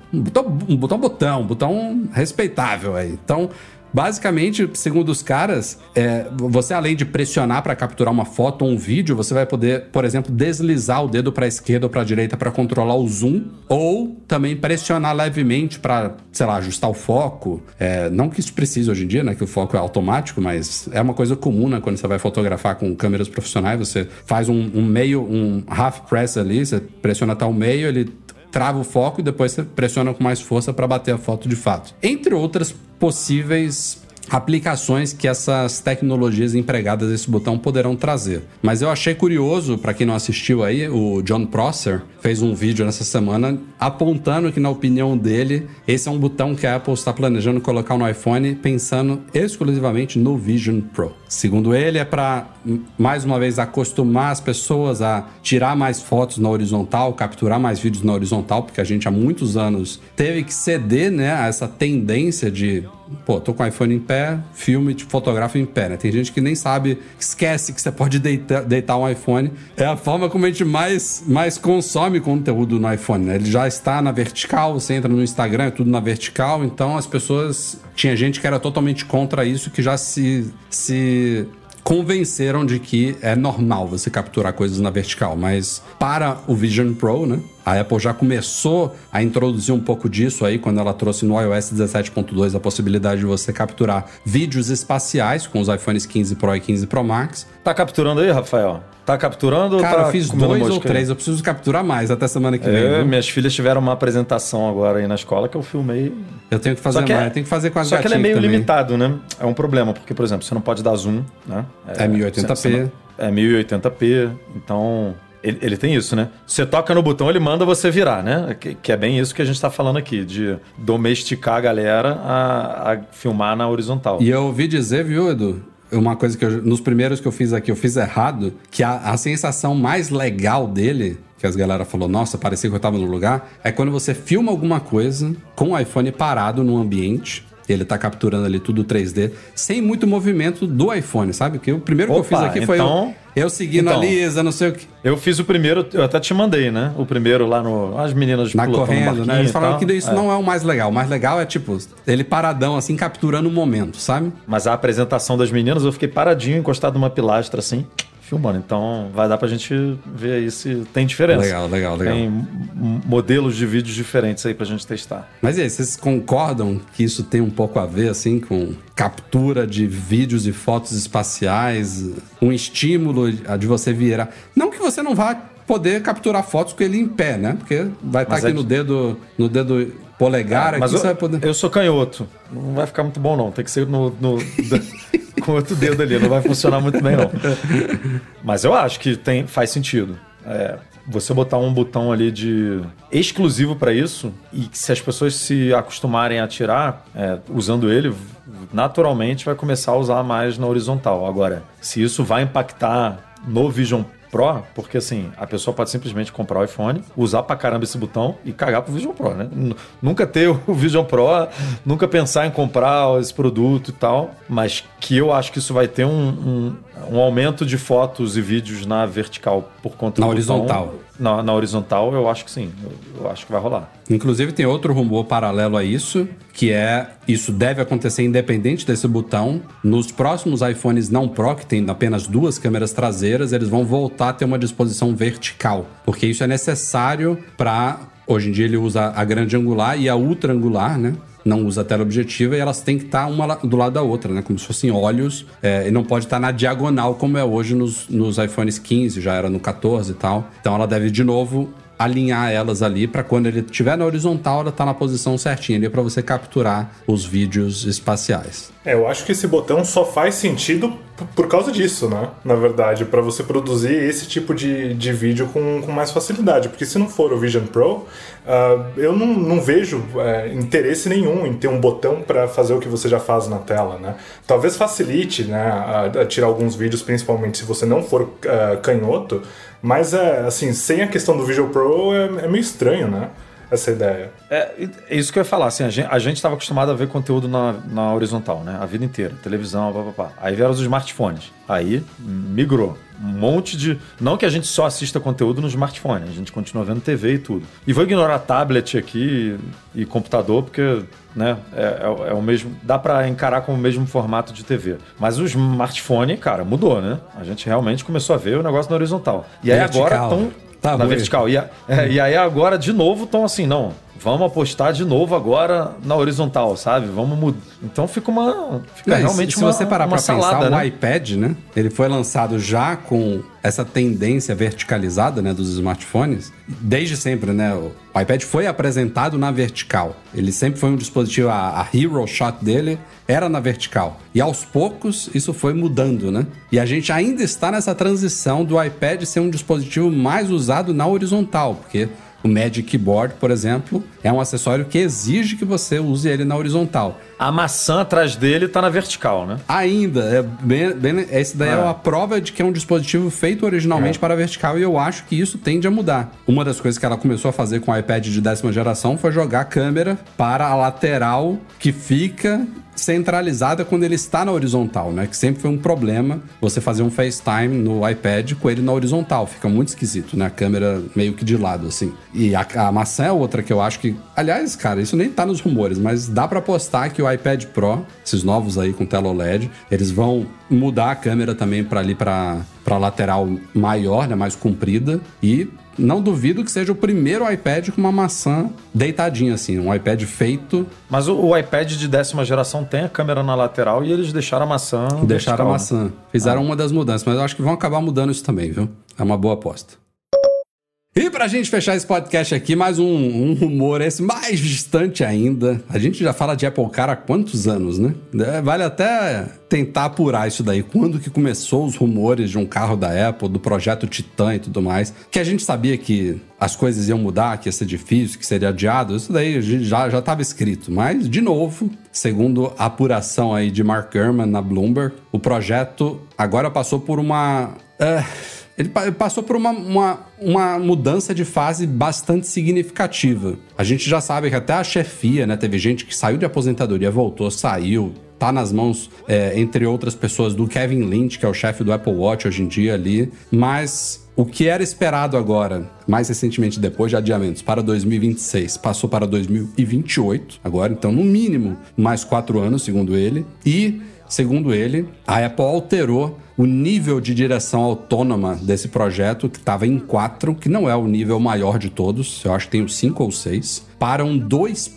botão respeitável aí. Então, basicamente, segundo os caras, você além de pressionar para capturar uma foto ou um vídeo, você vai poder, por exemplo, deslizar o dedo para a esquerda ou para a direita para controlar o zoom, ou também pressionar levemente para, sei lá, ajustar o foco. Não que isso precise hoje em dia, né, que o foco é automático, mas é uma coisa comum, né, quando você vai fotografar com câmeras profissionais, você faz um half press ali, você pressiona até o meio, ele trava o foco e depois você pressiona com mais força para bater a foto de fato. Entre outras possíveis aplicações que essas tecnologias empregadas desse botão poderão trazer. Mas eu achei curioso, para quem não assistiu aí, o John Prosser fez um vídeo nessa semana apontando que, na opinião dele, esse é um botão que a Apple está planejando colocar no iPhone pensando exclusivamente no Vision Pro. Segundo ele, é para, mais uma vez, acostumar as pessoas a tirar mais fotos na horizontal, capturar mais vídeos na horizontal, porque a gente há muitos anos teve que ceder, né, a essa tendência de tô com o iPhone em pé, filme, te fotografo em pé, né? Tem gente que nem sabe, esquece que você pode deitar um iPhone. É a forma como a gente mais consome conteúdo no iPhone, né? Ele já está na vertical, você entra no Instagram, é tudo na vertical, então as pessoas... Tinha gente que era totalmente contra isso, que já se convenceram de que é normal você capturar coisas na vertical, mas para o Vision Pro, né? A Apple já começou a introduzir um pouco disso aí, quando ela trouxe no iOS 17.2 a possibilidade de você capturar vídeos espaciais com os iPhones 15 Pro e 15 Pro Max. Tá capturando aí, Rafael? Tá capturando? Cara, ou tá eu fiz 2 ou 3, eu preciso capturar mais até semana que vem. Minhas filhas tiveram uma apresentação agora aí na escola que eu filmei. Eu tenho que fazer mais, eu tenho que fazer com as gatinhas. Só que ele é meio também limitado, né? É um problema, porque, por exemplo, você não pode dar zoom, né? É 1080p. É 1080p, então... Ele tem isso, né? Você toca no botão, ele manda você virar, né? Que é bem isso que a gente tá falando aqui, de domesticar a galera a filmar na horizontal. E eu ouvi dizer, viu, Edu? Uma coisa que nos primeiros que eu fiz aqui, eu fiz errado, que a sensação mais legal dele, que as galera falou, nossa, parecia que eu tava no lugar, é quando você filma alguma coisa com o iPhone parado num ambiente, ele tá capturando ali tudo 3D, sem muito movimento do iPhone, sabe? Que o primeiro que eu fiz aqui foi eu seguindo a Lisa, não sei o que. Eu fiz o primeiro, eu até te mandei, né? O primeiro lá no... As meninas correndo, né? Eles falaram que isso não é o mais legal. O mais legal é, tipo, ele paradão, assim, capturando o momento, sabe? Mas a apresentação das meninas, eu fiquei paradinho, encostado numa pilastra, assim... filmando, então vai dar pra gente ver aí se tem diferença. Legal. Tem modelos de vídeos diferentes aí pra gente testar. Mas e aí, vocês concordam que isso tem um pouco a ver, assim, com captura de vídeos e fotos espaciais, um estímulo de você virar? Não que você não vá poder capturar fotos com ele em pé, né? Porque vai estar aqui no dedo polegar, aqui você vai poder... Eu sou canhoto, não vai ficar muito bom não, tem que ser com outro dedo ali, não vai funcionar muito bem não. Mas eu acho que faz sentido. Você botar um botão ali exclusivo para isso, e que se as pessoas se acostumarem a tirar, usando ele, naturalmente vai começar a usar mais na horizontal. Agora, se isso vai impactar no Vision Pro, porque assim, a pessoa pode simplesmente comprar o iPhone, usar pra caramba esse botão e cagar pro Vision Pro, né? Nunca ter o Vision Pro, nunca pensar em comprar esse produto e tal, mas que eu acho que isso vai ter um aumento de fotos e vídeos na vertical por conta do horizontal. botão. na horizontal, eu acho que sim. Eu acho que vai rolar. Inclusive tem outro rumor paralelo a isso, que isso deve acontecer independente desse botão. Nos próximos iPhones não Pro, que tem apenas 2 câmeras traseiras, eles vão voltar a ter uma disposição vertical, porque isso é necessário para... Hoje em dia ele usa a grande angular e a ultra angular, né? Não usa a tela objetiva, e elas têm que estar uma do lado da outra, né? Como se fossem olhos, e não pode estar na diagonal, como é hoje nos iPhones 15, já era no 14 e tal. Então ela deve, de novo, alinhar elas ali para quando ele estiver na horizontal, ela tá na posição certinha ali para você capturar os vídeos espaciais. Eu acho que esse botão só faz sentido por causa disso, né? Na verdade, para você produzir esse tipo de vídeo com mais facilidade. Porque se não for o Vision Pro, eu não vejo interesse nenhum em ter um botão para fazer o que você já faz na tela, né? Talvez facilite, né, a tirar alguns vídeos, principalmente se você não for canhoto, mas assim, sem a questão do Vision Pro é meio estranho, né? Essa ideia. É isso que eu ia falar, assim, a gente estava acostumado a ver conteúdo na horizontal, né? A vida inteira, televisão, papapá. Aí vieram os smartphones, aí migrou. Um monte de... Não que a gente só assista conteúdo no smartphone, a gente continua vendo TV e tudo. E vou ignorar tablet aqui e computador, porque, né, é o mesmo... Dá para encarar como o mesmo formato de TV. Mas o smartphone, cara, mudou, né? A gente realmente começou a ver o negócio na horizontal. E aí vertical. Agora estão... Tá na vertical. E aí agora, de novo, estão assim, não, vamos apostar de novo agora na horizontal, sabe? Vamos mudar. Então fica realmente se você parar pra salada, pensar, né? o iPad, né? Ele foi lançado já com essa tendência verticalizada, né, dos smartphones. Desde sempre, né? O iPad foi apresentado na vertical. Ele sempre foi um dispositivo, a hero shot dele era na vertical. E aos poucos isso foi mudando, né? E a gente ainda está nessa transição do iPad ser um dispositivo mais usado na horizontal, porque o Magic Keyboard, por exemplo, é um acessório que exige que você use ele na horizontal. A maçã atrás dele tá na vertical, né? Ainda. Esse daí é uma prova de que é um dispositivo feito originalmente para a vertical, e eu acho que isso tende a mudar. Uma das coisas que ela começou a fazer com o iPad de 10ª geração foi jogar a câmera para a lateral, que fica centralizada quando ele está na horizontal, né? Que sempre foi um problema você fazer um FaceTime no iPad com ele na horizontal. Fica muito esquisito, né? A câmera meio que de lado, assim. E a maçã é outra que eu acho que... Aliás, cara, isso nem tá nos rumores, mas dá pra apostar que o iPad Pro, esses novos aí com tela OLED, eles vão mudar a câmera também pra ali pra lateral maior, né? Mais comprida. E não duvido que seja o primeiro iPad com uma maçã deitadinha, assim. Um iPad feito... Mas o iPad de 10ª geração tem a câmera na lateral e eles deixaram a maçã... Deixaram a maçã. Fizeram uma das mudanças, mas eu acho que vão acabar mudando isso também, viu? É uma boa aposta. E pra gente fechar esse podcast aqui, mais um rumor, esse mais distante ainda. A gente já fala de Apple Car há quantos anos, né? Vale até tentar apurar isso daí. Quando que começou os rumores de um carro da Apple, do projeto Titan e tudo mais, que a gente sabia que as coisas iam mudar, que ia ser difícil, que seria adiado. Isso daí já estava escrito. Mas, de novo, segundo a apuração aí de Mark Gurman na Bloomberg, o projeto agora passou por uma... Ele passou por uma mudança de fase bastante significativa. A gente já sabe que até a chefia, né? Teve gente que saiu de aposentadoria, voltou, saiu, tá nas mãos, entre outras pessoas, do Kevin Lynch, que é o chefe do Apple Watch hoje em dia ali. Mas o que era esperado agora, mais recentemente, depois de adiamentos, para 2026, passou para 2028 agora. Então, no mínimo, mais 4 anos, segundo ele. E, segundo ele, a Apple alterou o nível de direção autônoma desse projeto, que estava em 4, que não é o nível maior de todos, eu acho que tem o 5 ou 6, para um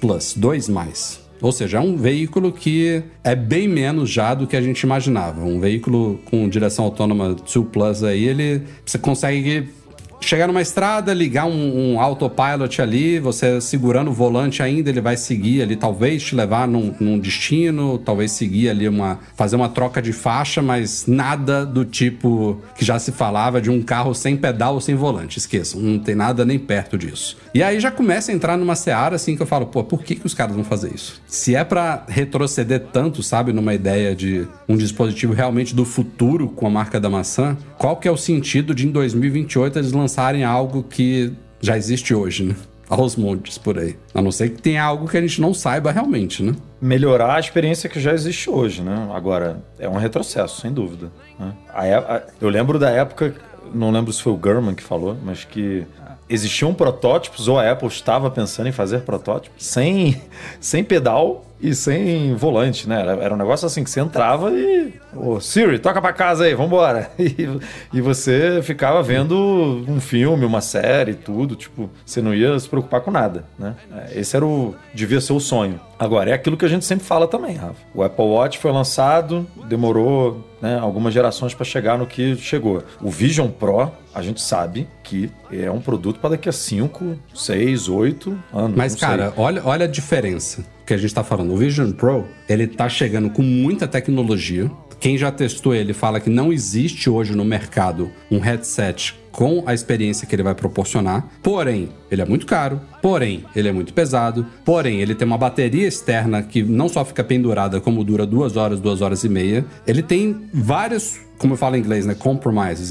2+. Ou seja, é um veículo que é bem menos já do que a gente imaginava. Um veículo com direção autônoma 2+, aí, você consegue chegar numa estrada, ligar um autopilot ali, você segurando o volante ainda, ele vai seguir ali, talvez te levar num destino, talvez seguir ali fazer uma troca de faixa, mas nada do tipo que já se falava de um carro sem pedal ou sem volante. Esqueçam, não tem nada nem perto disso. E aí já começa a entrar numa seara assim que eu falo, por que os caras vão fazer isso? Se é pra retroceder tanto, sabe, numa ideia de um dispositivo realmente do futuro com a marca da maçã, qual que é o sentido de em 2028 eles lançarem algo que já existe hoje, né? Aos montes por aí. A não ser que tenha algo que a gente não saiba realmente, né? Melhorar a experiência que já existe hoje, né? Agora, é um retrocesso, sem dúvida, né? Eu lembro da época, não lembro se foi o Gurman que falou, mas que existiam protótipos, ou a Apple estava pensando em fazer protótipos, sem pedal e sem volante, né? Era um negócio assim que você entrava e... Ô, Siri, toca pra casa aí, vambora. E você ficava vendo um filme, uma série, tudo. Tipo, você não ia se preocupar com nada, né? Esse devia ser o sonho. Agora, é aquilo que a gente sempre fala também, Rafa. O Apple Watch foi lançado, demorou, né, algumas gerações para chegar no que chegou. O Vision Pro, a gente sabe que é um produto para daqui a 5, 6, 8 anos. Mas, cara, olha a diferença que a gente tá falando. O Vision Pro, ele tá chegando com muita tecnologia. Quem já testou ele fala que não existe hoje no mercado um headset com a experiência que ele vai proporcionar. Porém, ele é muito caro. Porém, ele é muito pesado. Porém, ele tem uma bateria externa que não só fica pendurada, como dura 2 horas, 2 horas e meia. Ele tem vários, como eu falo em inglês, né? Compromises.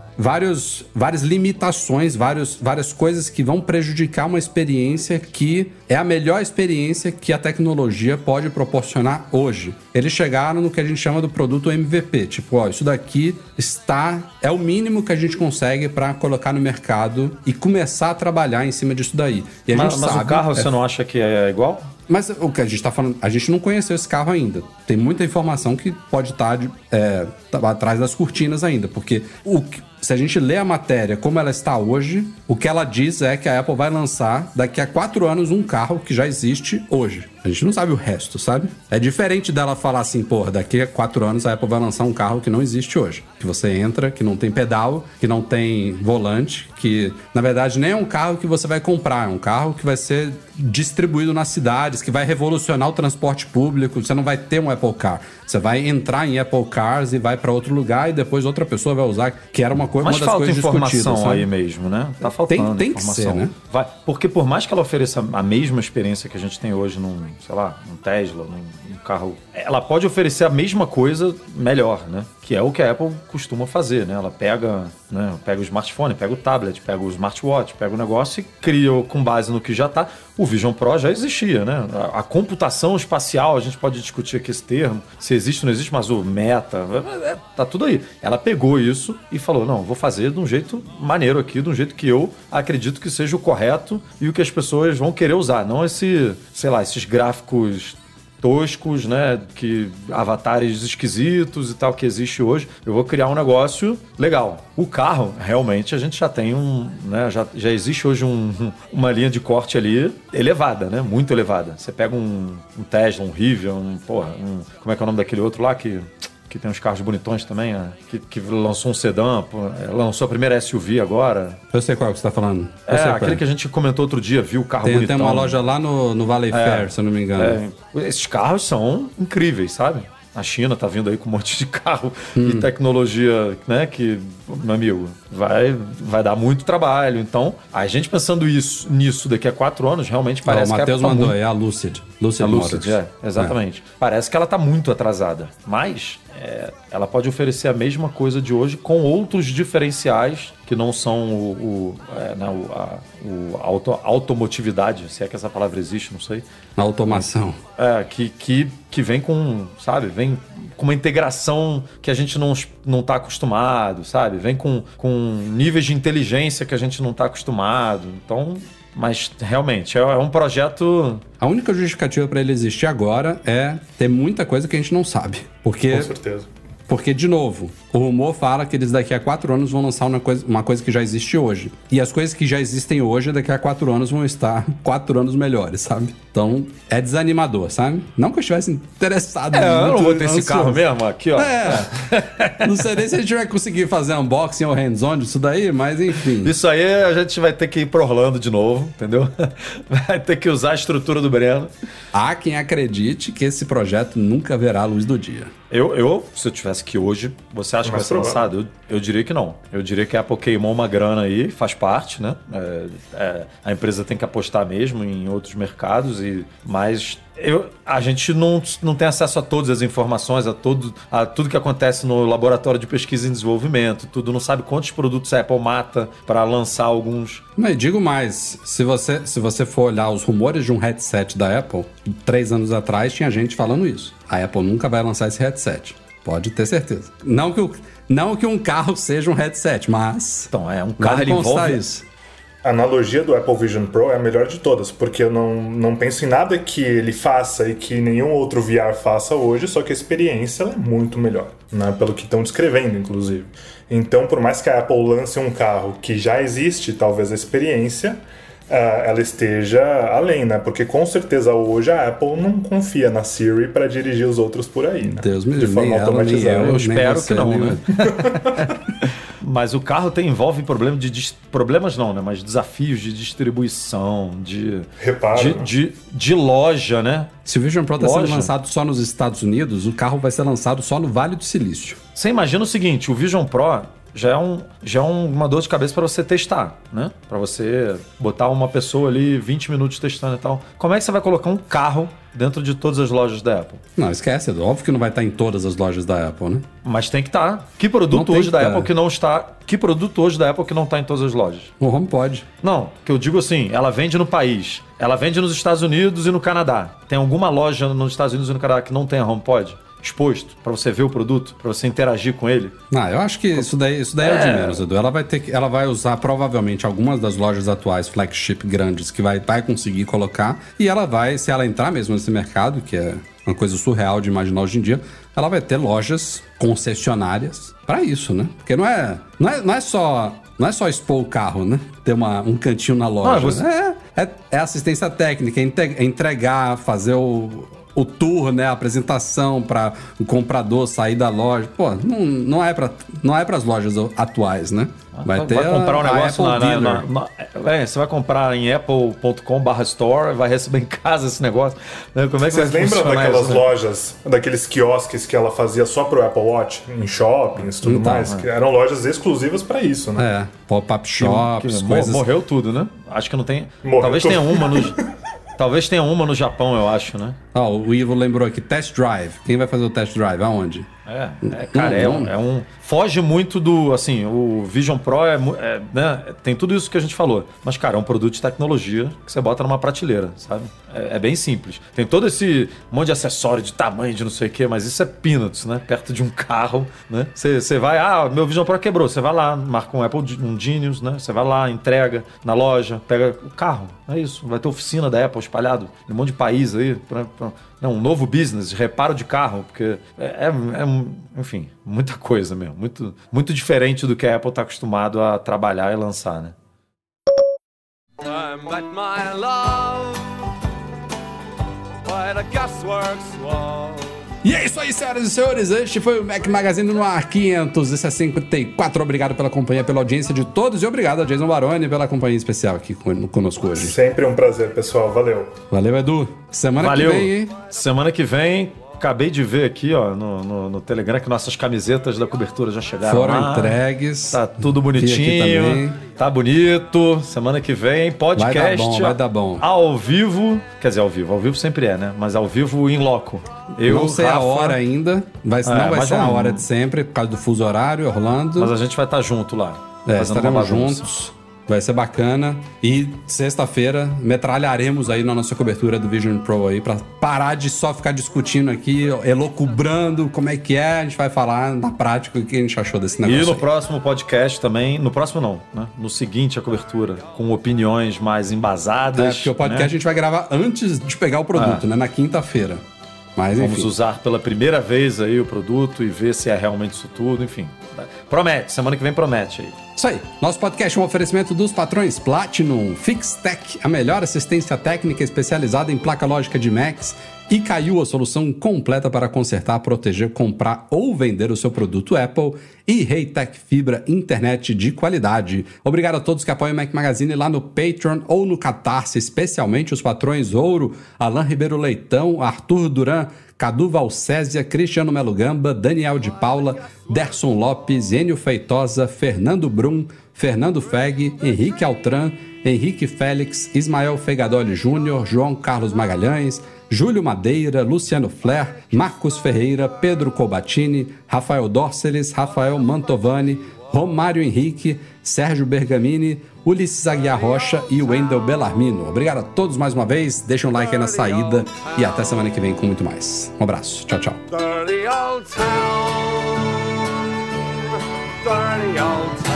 Várias limitações, várias coisas que vão prejudicar uma experiência que é a melhor experiência que a tecnologia pode proporcionar hoje. Eles chegaram no que a gente chama do produto MVP. Tipo, ó, isso daqui é o mínimo que a gente consegue para colocar no mercado e começar a trabalhar em cima disso daí. E mas o carro, você não acha que é igual? Mas o que a gente tá falando, a gente não conheceu esse carro ainda. Tem muita informação que pode estar atrás das cortinas ainda, porque se a gente lê a matéria como ela está hoje, o que ela diz é que a Apple vai lançar daqui a 4 anos um carro que já existe hoje. A gente não sabe o resto, sabe? É diferente dela falar assim, porra, daqui a 4 anos a Apple vai lançar um carro que não existe hoje. Que você entra, que não tem pedal, que não tem volante, que na verdade nem é um carro que você vai comprar, é um carro que vai ser distribuído nas cidades, que vai revolucionar o transporte público. Você não vai ter um Apple Car. Você vai entrar em Apple Cars e vai para outro lugar e depois outra pessoa vai usar, que era uma das coisas discutidas. Mas falta informação aí mesmo, né? Tá faltando tem informação. Que ser, né? Porque por mais que ela ofereça a mesma experiência que a gente tem hoje num Tesla, num carro, ela pode oferecer a mesma coisa melhor, né? Que é o que a Apple costuma fazer, né? Ela pega o smartphone, pega o tablet, pega o smartwatch, pega o negócio e cria com base no que já tá. O Vision Pro já existia, né? A computação espacial, a gente pode discutir aqui esse termo, se existe ou não existe, mas o Meta, tá tudo aí. Ela pegou isso e falou, não, vou fazer de um jeito maneiro aqui, de um jeito que eu acredito que seja o correto e o que as pessoas vão querer usar, não esses gráficos toscos, né, que avatares esquisitos e tal que existe hoje. Eu vou criar um negócio legal. O carro, realmente, a gente já tem já existe hoje uma linha de corte ali elevada, né, muito elevada. Você pega um Tesla, um Rivian, como é que é o nome daquele outro lá que tem uns carros bonitões também, que lançou um sedã, lançou a primeira SUV agora. Eu sei qual que você tá falando. Aquele que a gente comentou outro dia, viu o carro bonitão. Tem uma loja lá no Valley Fair, se eu não me engano. Esses carros são incríveis, sabe? A China tá vindo aí com um monte de carro e tecnologia, né, que, meu amigo, vai dar muito trabalho. Então, a gente pensando nisso daqui a 4 anos, realmente parece que o Matheus mandou, é a Lucid. A Lucid, exatamente. Parece que ela tá muito atrasada, mas ela pode oferecer a mesma coisa de hoje com outros diferenciais que não são a automotividade, se é que essa palavra existe, não sei. A automação. Que vem com, sabe, vem com uma integração que a gente não tá acostumado, sabe? Vem com níveis de inteligência que a gente não tá acostumado. Então, mas realmente é um projeto... A única justificativa para ele existir agora é ter muita coisa que a gente não sabe. Porque, com certeza. Porque, de novo, o rumor fala que eles daqui a 4 anos vão lançar uma coisa que já existe hoje. E as coisas que já existem hoje, daqui a 4 anos vão estar 4 anos melhores, sabe? Então, é desanimador, sabe? Não que eu estivesse interessado muito. Eu não vou ter esse carro mesmo aqui, ó. Não sei nem se a gente vai conseguir fazer unboxing ou hands-on disso daí, mas enfim. Isso aí a gente vai ter que ir pro Orlando de novo, entendeu? Vai ter que usar a estrutura do Breno. Há quem acredite que esse projeto nunca verá a luz do dia. Se eu tivesse aqui hoje, você acha que vai ser lançado? Eu diria que não. Eu diria que a Apple queimou uma grana aí, faz parte, né? A empresa tem que apostar mesmo em outros mercados, mas a gente não tem acesso a todas as informações, a tudo que acontece no laboratório de pesquisa e desenvolvimento, não sabe quantos produtos a Apple mata para lançar alguns. Mas digo mais, se você for olhar os rumores de um headset da Apple, 3 anos atrás tinha gente falando isso. A Apple nunca vai lançar esse headset. Pode ter certeza. Não que um carro seja um headset, mas... Então, um carro ele envolve... isso. a analogia do Apple Vision Pro é a melhor de todas, porque eu não penso em nada que ele faça e que nenhum outro VR faça hoje, só que a experiência ela é muito melhor, né? Pelo que estão descrevendo, inclusive. Então, por mais que a Apple lance um carro que já existe, talvez a experiência ela esteja além, né? Porque com certeza hoje a Apple não confia na Siri para dirigir os outros por aí, né? Deus me de livre, forma nem ela, automatizada. nem Eu espero você, que não, nem né? Mas o carro envolve problemas não, né? Mas desafios de distribuição, de Reparo, de loja, né? Se o Vision Pro está sendo Loja. lançado só nos Estados Unidos, o carro vai ser lançado só no Vale do Silício. Você imagina o seguinte, o Vision Pro já é uma dor de cabeça para você testar, né? Para você botar uma pessoa ali 20 minutos testando e tal. Como é que você vai colocar um carro dentro de todas as lojas da Apple? Não, esquece. É óbvio que não vai estar em todas as lojas da Apple, né? Mas tem que estar. Que produto Não hoje tem da que Apple tá. que não está... Que produto hoje da Apple que não está em todas as lojas? O HomePod. Não, que eu digo assim, ela vende no país. Ela vende nos Estados Unidos e no Canadá. Tem alguma loja nos Estados Unidos e no Canadá que não tem a HomePod exposto para você ver o produto, para você interagir com ele? Não, eu acho que isso daí é o de menos, Edu. Ela vai usar provavelmente algumas das lojas atuais, flagship grandes, que vai conseguir colocar. E ela vai, se ela entrar mesmo nesse mercado, que é uma coisa surreal de imaginar hoje em dia, ela vai ter lojas concessionárias para isso, né? Porque não é só expor o carro, né? Ter um cantinho na loja. É assistência técnica, é entregar, fazer o tour, né? A apresentação para o comprador sair da loja. Pô, não é para as lojas atuais, né? Vai comprar um negócio Apple você vai comprar em apple.com/store, vai receber em casa esse negócio. Como é que Vocês vai lembram funcionar daquelas isso, né? lojas, daqueles quiosques que ela fazia só pro Apple Watch, em shoppings e tudo Então, mais? Que eram lojas exclusivas para isso, né? É, pop-up shops, coisas... Morreu tudo, né? Acho que não tem... Morreu Talvez tudo. tenha uma no... Talvez tenha uma no Japão, eu acho, né? Ó, o Ivo lembrou aqui, test drive. Quem vai fazer o test drive? Aonde? Cara, é um... Foge muito do... Assim, o Vision Pro né, tem tudo isso que a gente falou. Mas, cara, é um produto de tecnologia que você bota numa prateleira, sabe? É bem simples. Tem todo esse monte de acessório, de tamanho, de não sei o quê, mas isso é peanuts, né? Perto de um carro, né? Você vai... meu Vision Pro quebrou. Você vai lá, marca um Apple, um Genius, né? Você vai lá, entrega na loja, pega o carro. É isso. Vai ter oficina da Apple espalhado em um monte de país aí, um novo business de reparo de carro, porque enfim, muita coisa mesmo. Muito, muito diferente do que a Apple está acostumado a trabalhar e lançar, né? I met my love by the gasworks wall. E é isso aí, senhoras e senhores. Este foi o Mac Magazine no ar 564. Obrigado pela companhia, pela audiência de todos. E obrigado a Jason Baroni pela companhia especial aqui conosco hoje. Sempre um prazer, pessoal. Valeu. Valeu, Edu. Semana Valeu. que vem, hein? Semana que vem, acabei de ver aqui, ó, no Telegram, que nossas camisetas da cobertura já chegaram Foram lá. entregues. Tá tudo Vi aqui bonitinho. também. Tá bonito. Semana que vem, podcast. Vai dar bom. Ao vivo. Quer dizer, ao vivo sempre é, né? Mas ao vivo in loco. Eu, não sei Rafa, a hora ainda. Não vai mas ser a vamos- hora de sempre, por causa do fuso horário, Orlando. Mas a gente vai estar junto lá. fazendo uma Estaremos bagunça. juntos. Vai ser bacana. E sexta-feira metralharemos aí na nossa cobertura do Vision Pro aí, pra parar de só ficar discutindo aqui, elocubrando como é que é. A gente vai falar na prática o que a gente achou desse negócio. E no aí. próximo podcast também, no próximo não, né? No seguinte a cobertura, com opiniões mais embasadas. Porque o podcast a né? gente vai gravar antes de pegar o produto, né? Na quinta-feira. Mas enfim. Vamos usar pela primeira vez aí o produto e ver se é realmente isso tudo, enfim. Promete, semana que vem promete aí. Isso aí. Nosso podcast é um oferecimento dos patrões Platinum, FixTech, a melhor assistência técnica especializada em placa lógica de Macs, e Caiu, a solução completa para consertar, proteger, comprar ou vender o seu produto Apple, e Reitec Fibra, internet de qualidade. Obrigado a todos que apoiam o Mac Magazine lá no Patreon ou no Catarse, especialmente os patrões Ouro, Alain Ribeiro Leitão, Arthur Duran, Cadu Valcésia, Cristiano Melo Gamba, Daniel de Paula, Derson Lopes, Enio Feitosa, Fernando Brum, Fernando Feg, Henrique Altran, Henrique Félix, Ismael Fegadoli Júnior, João Carlos Magalhães, Júlio Madeira, Luciano Flair, Marcos Ferreira, Pedro Colbatini, Rafael Dorceles, Rafael Mantovani, Romário Henrique, Sérgio Bergamini, Ulisses Aguiar Rocha e Wendel Bellarmino. Obrigado a todos mais uma vez, deixa um like aí na saída e até semana que vem com muito mais. Um abraço, tchau, tchau. Dirty old town. Dirty old town.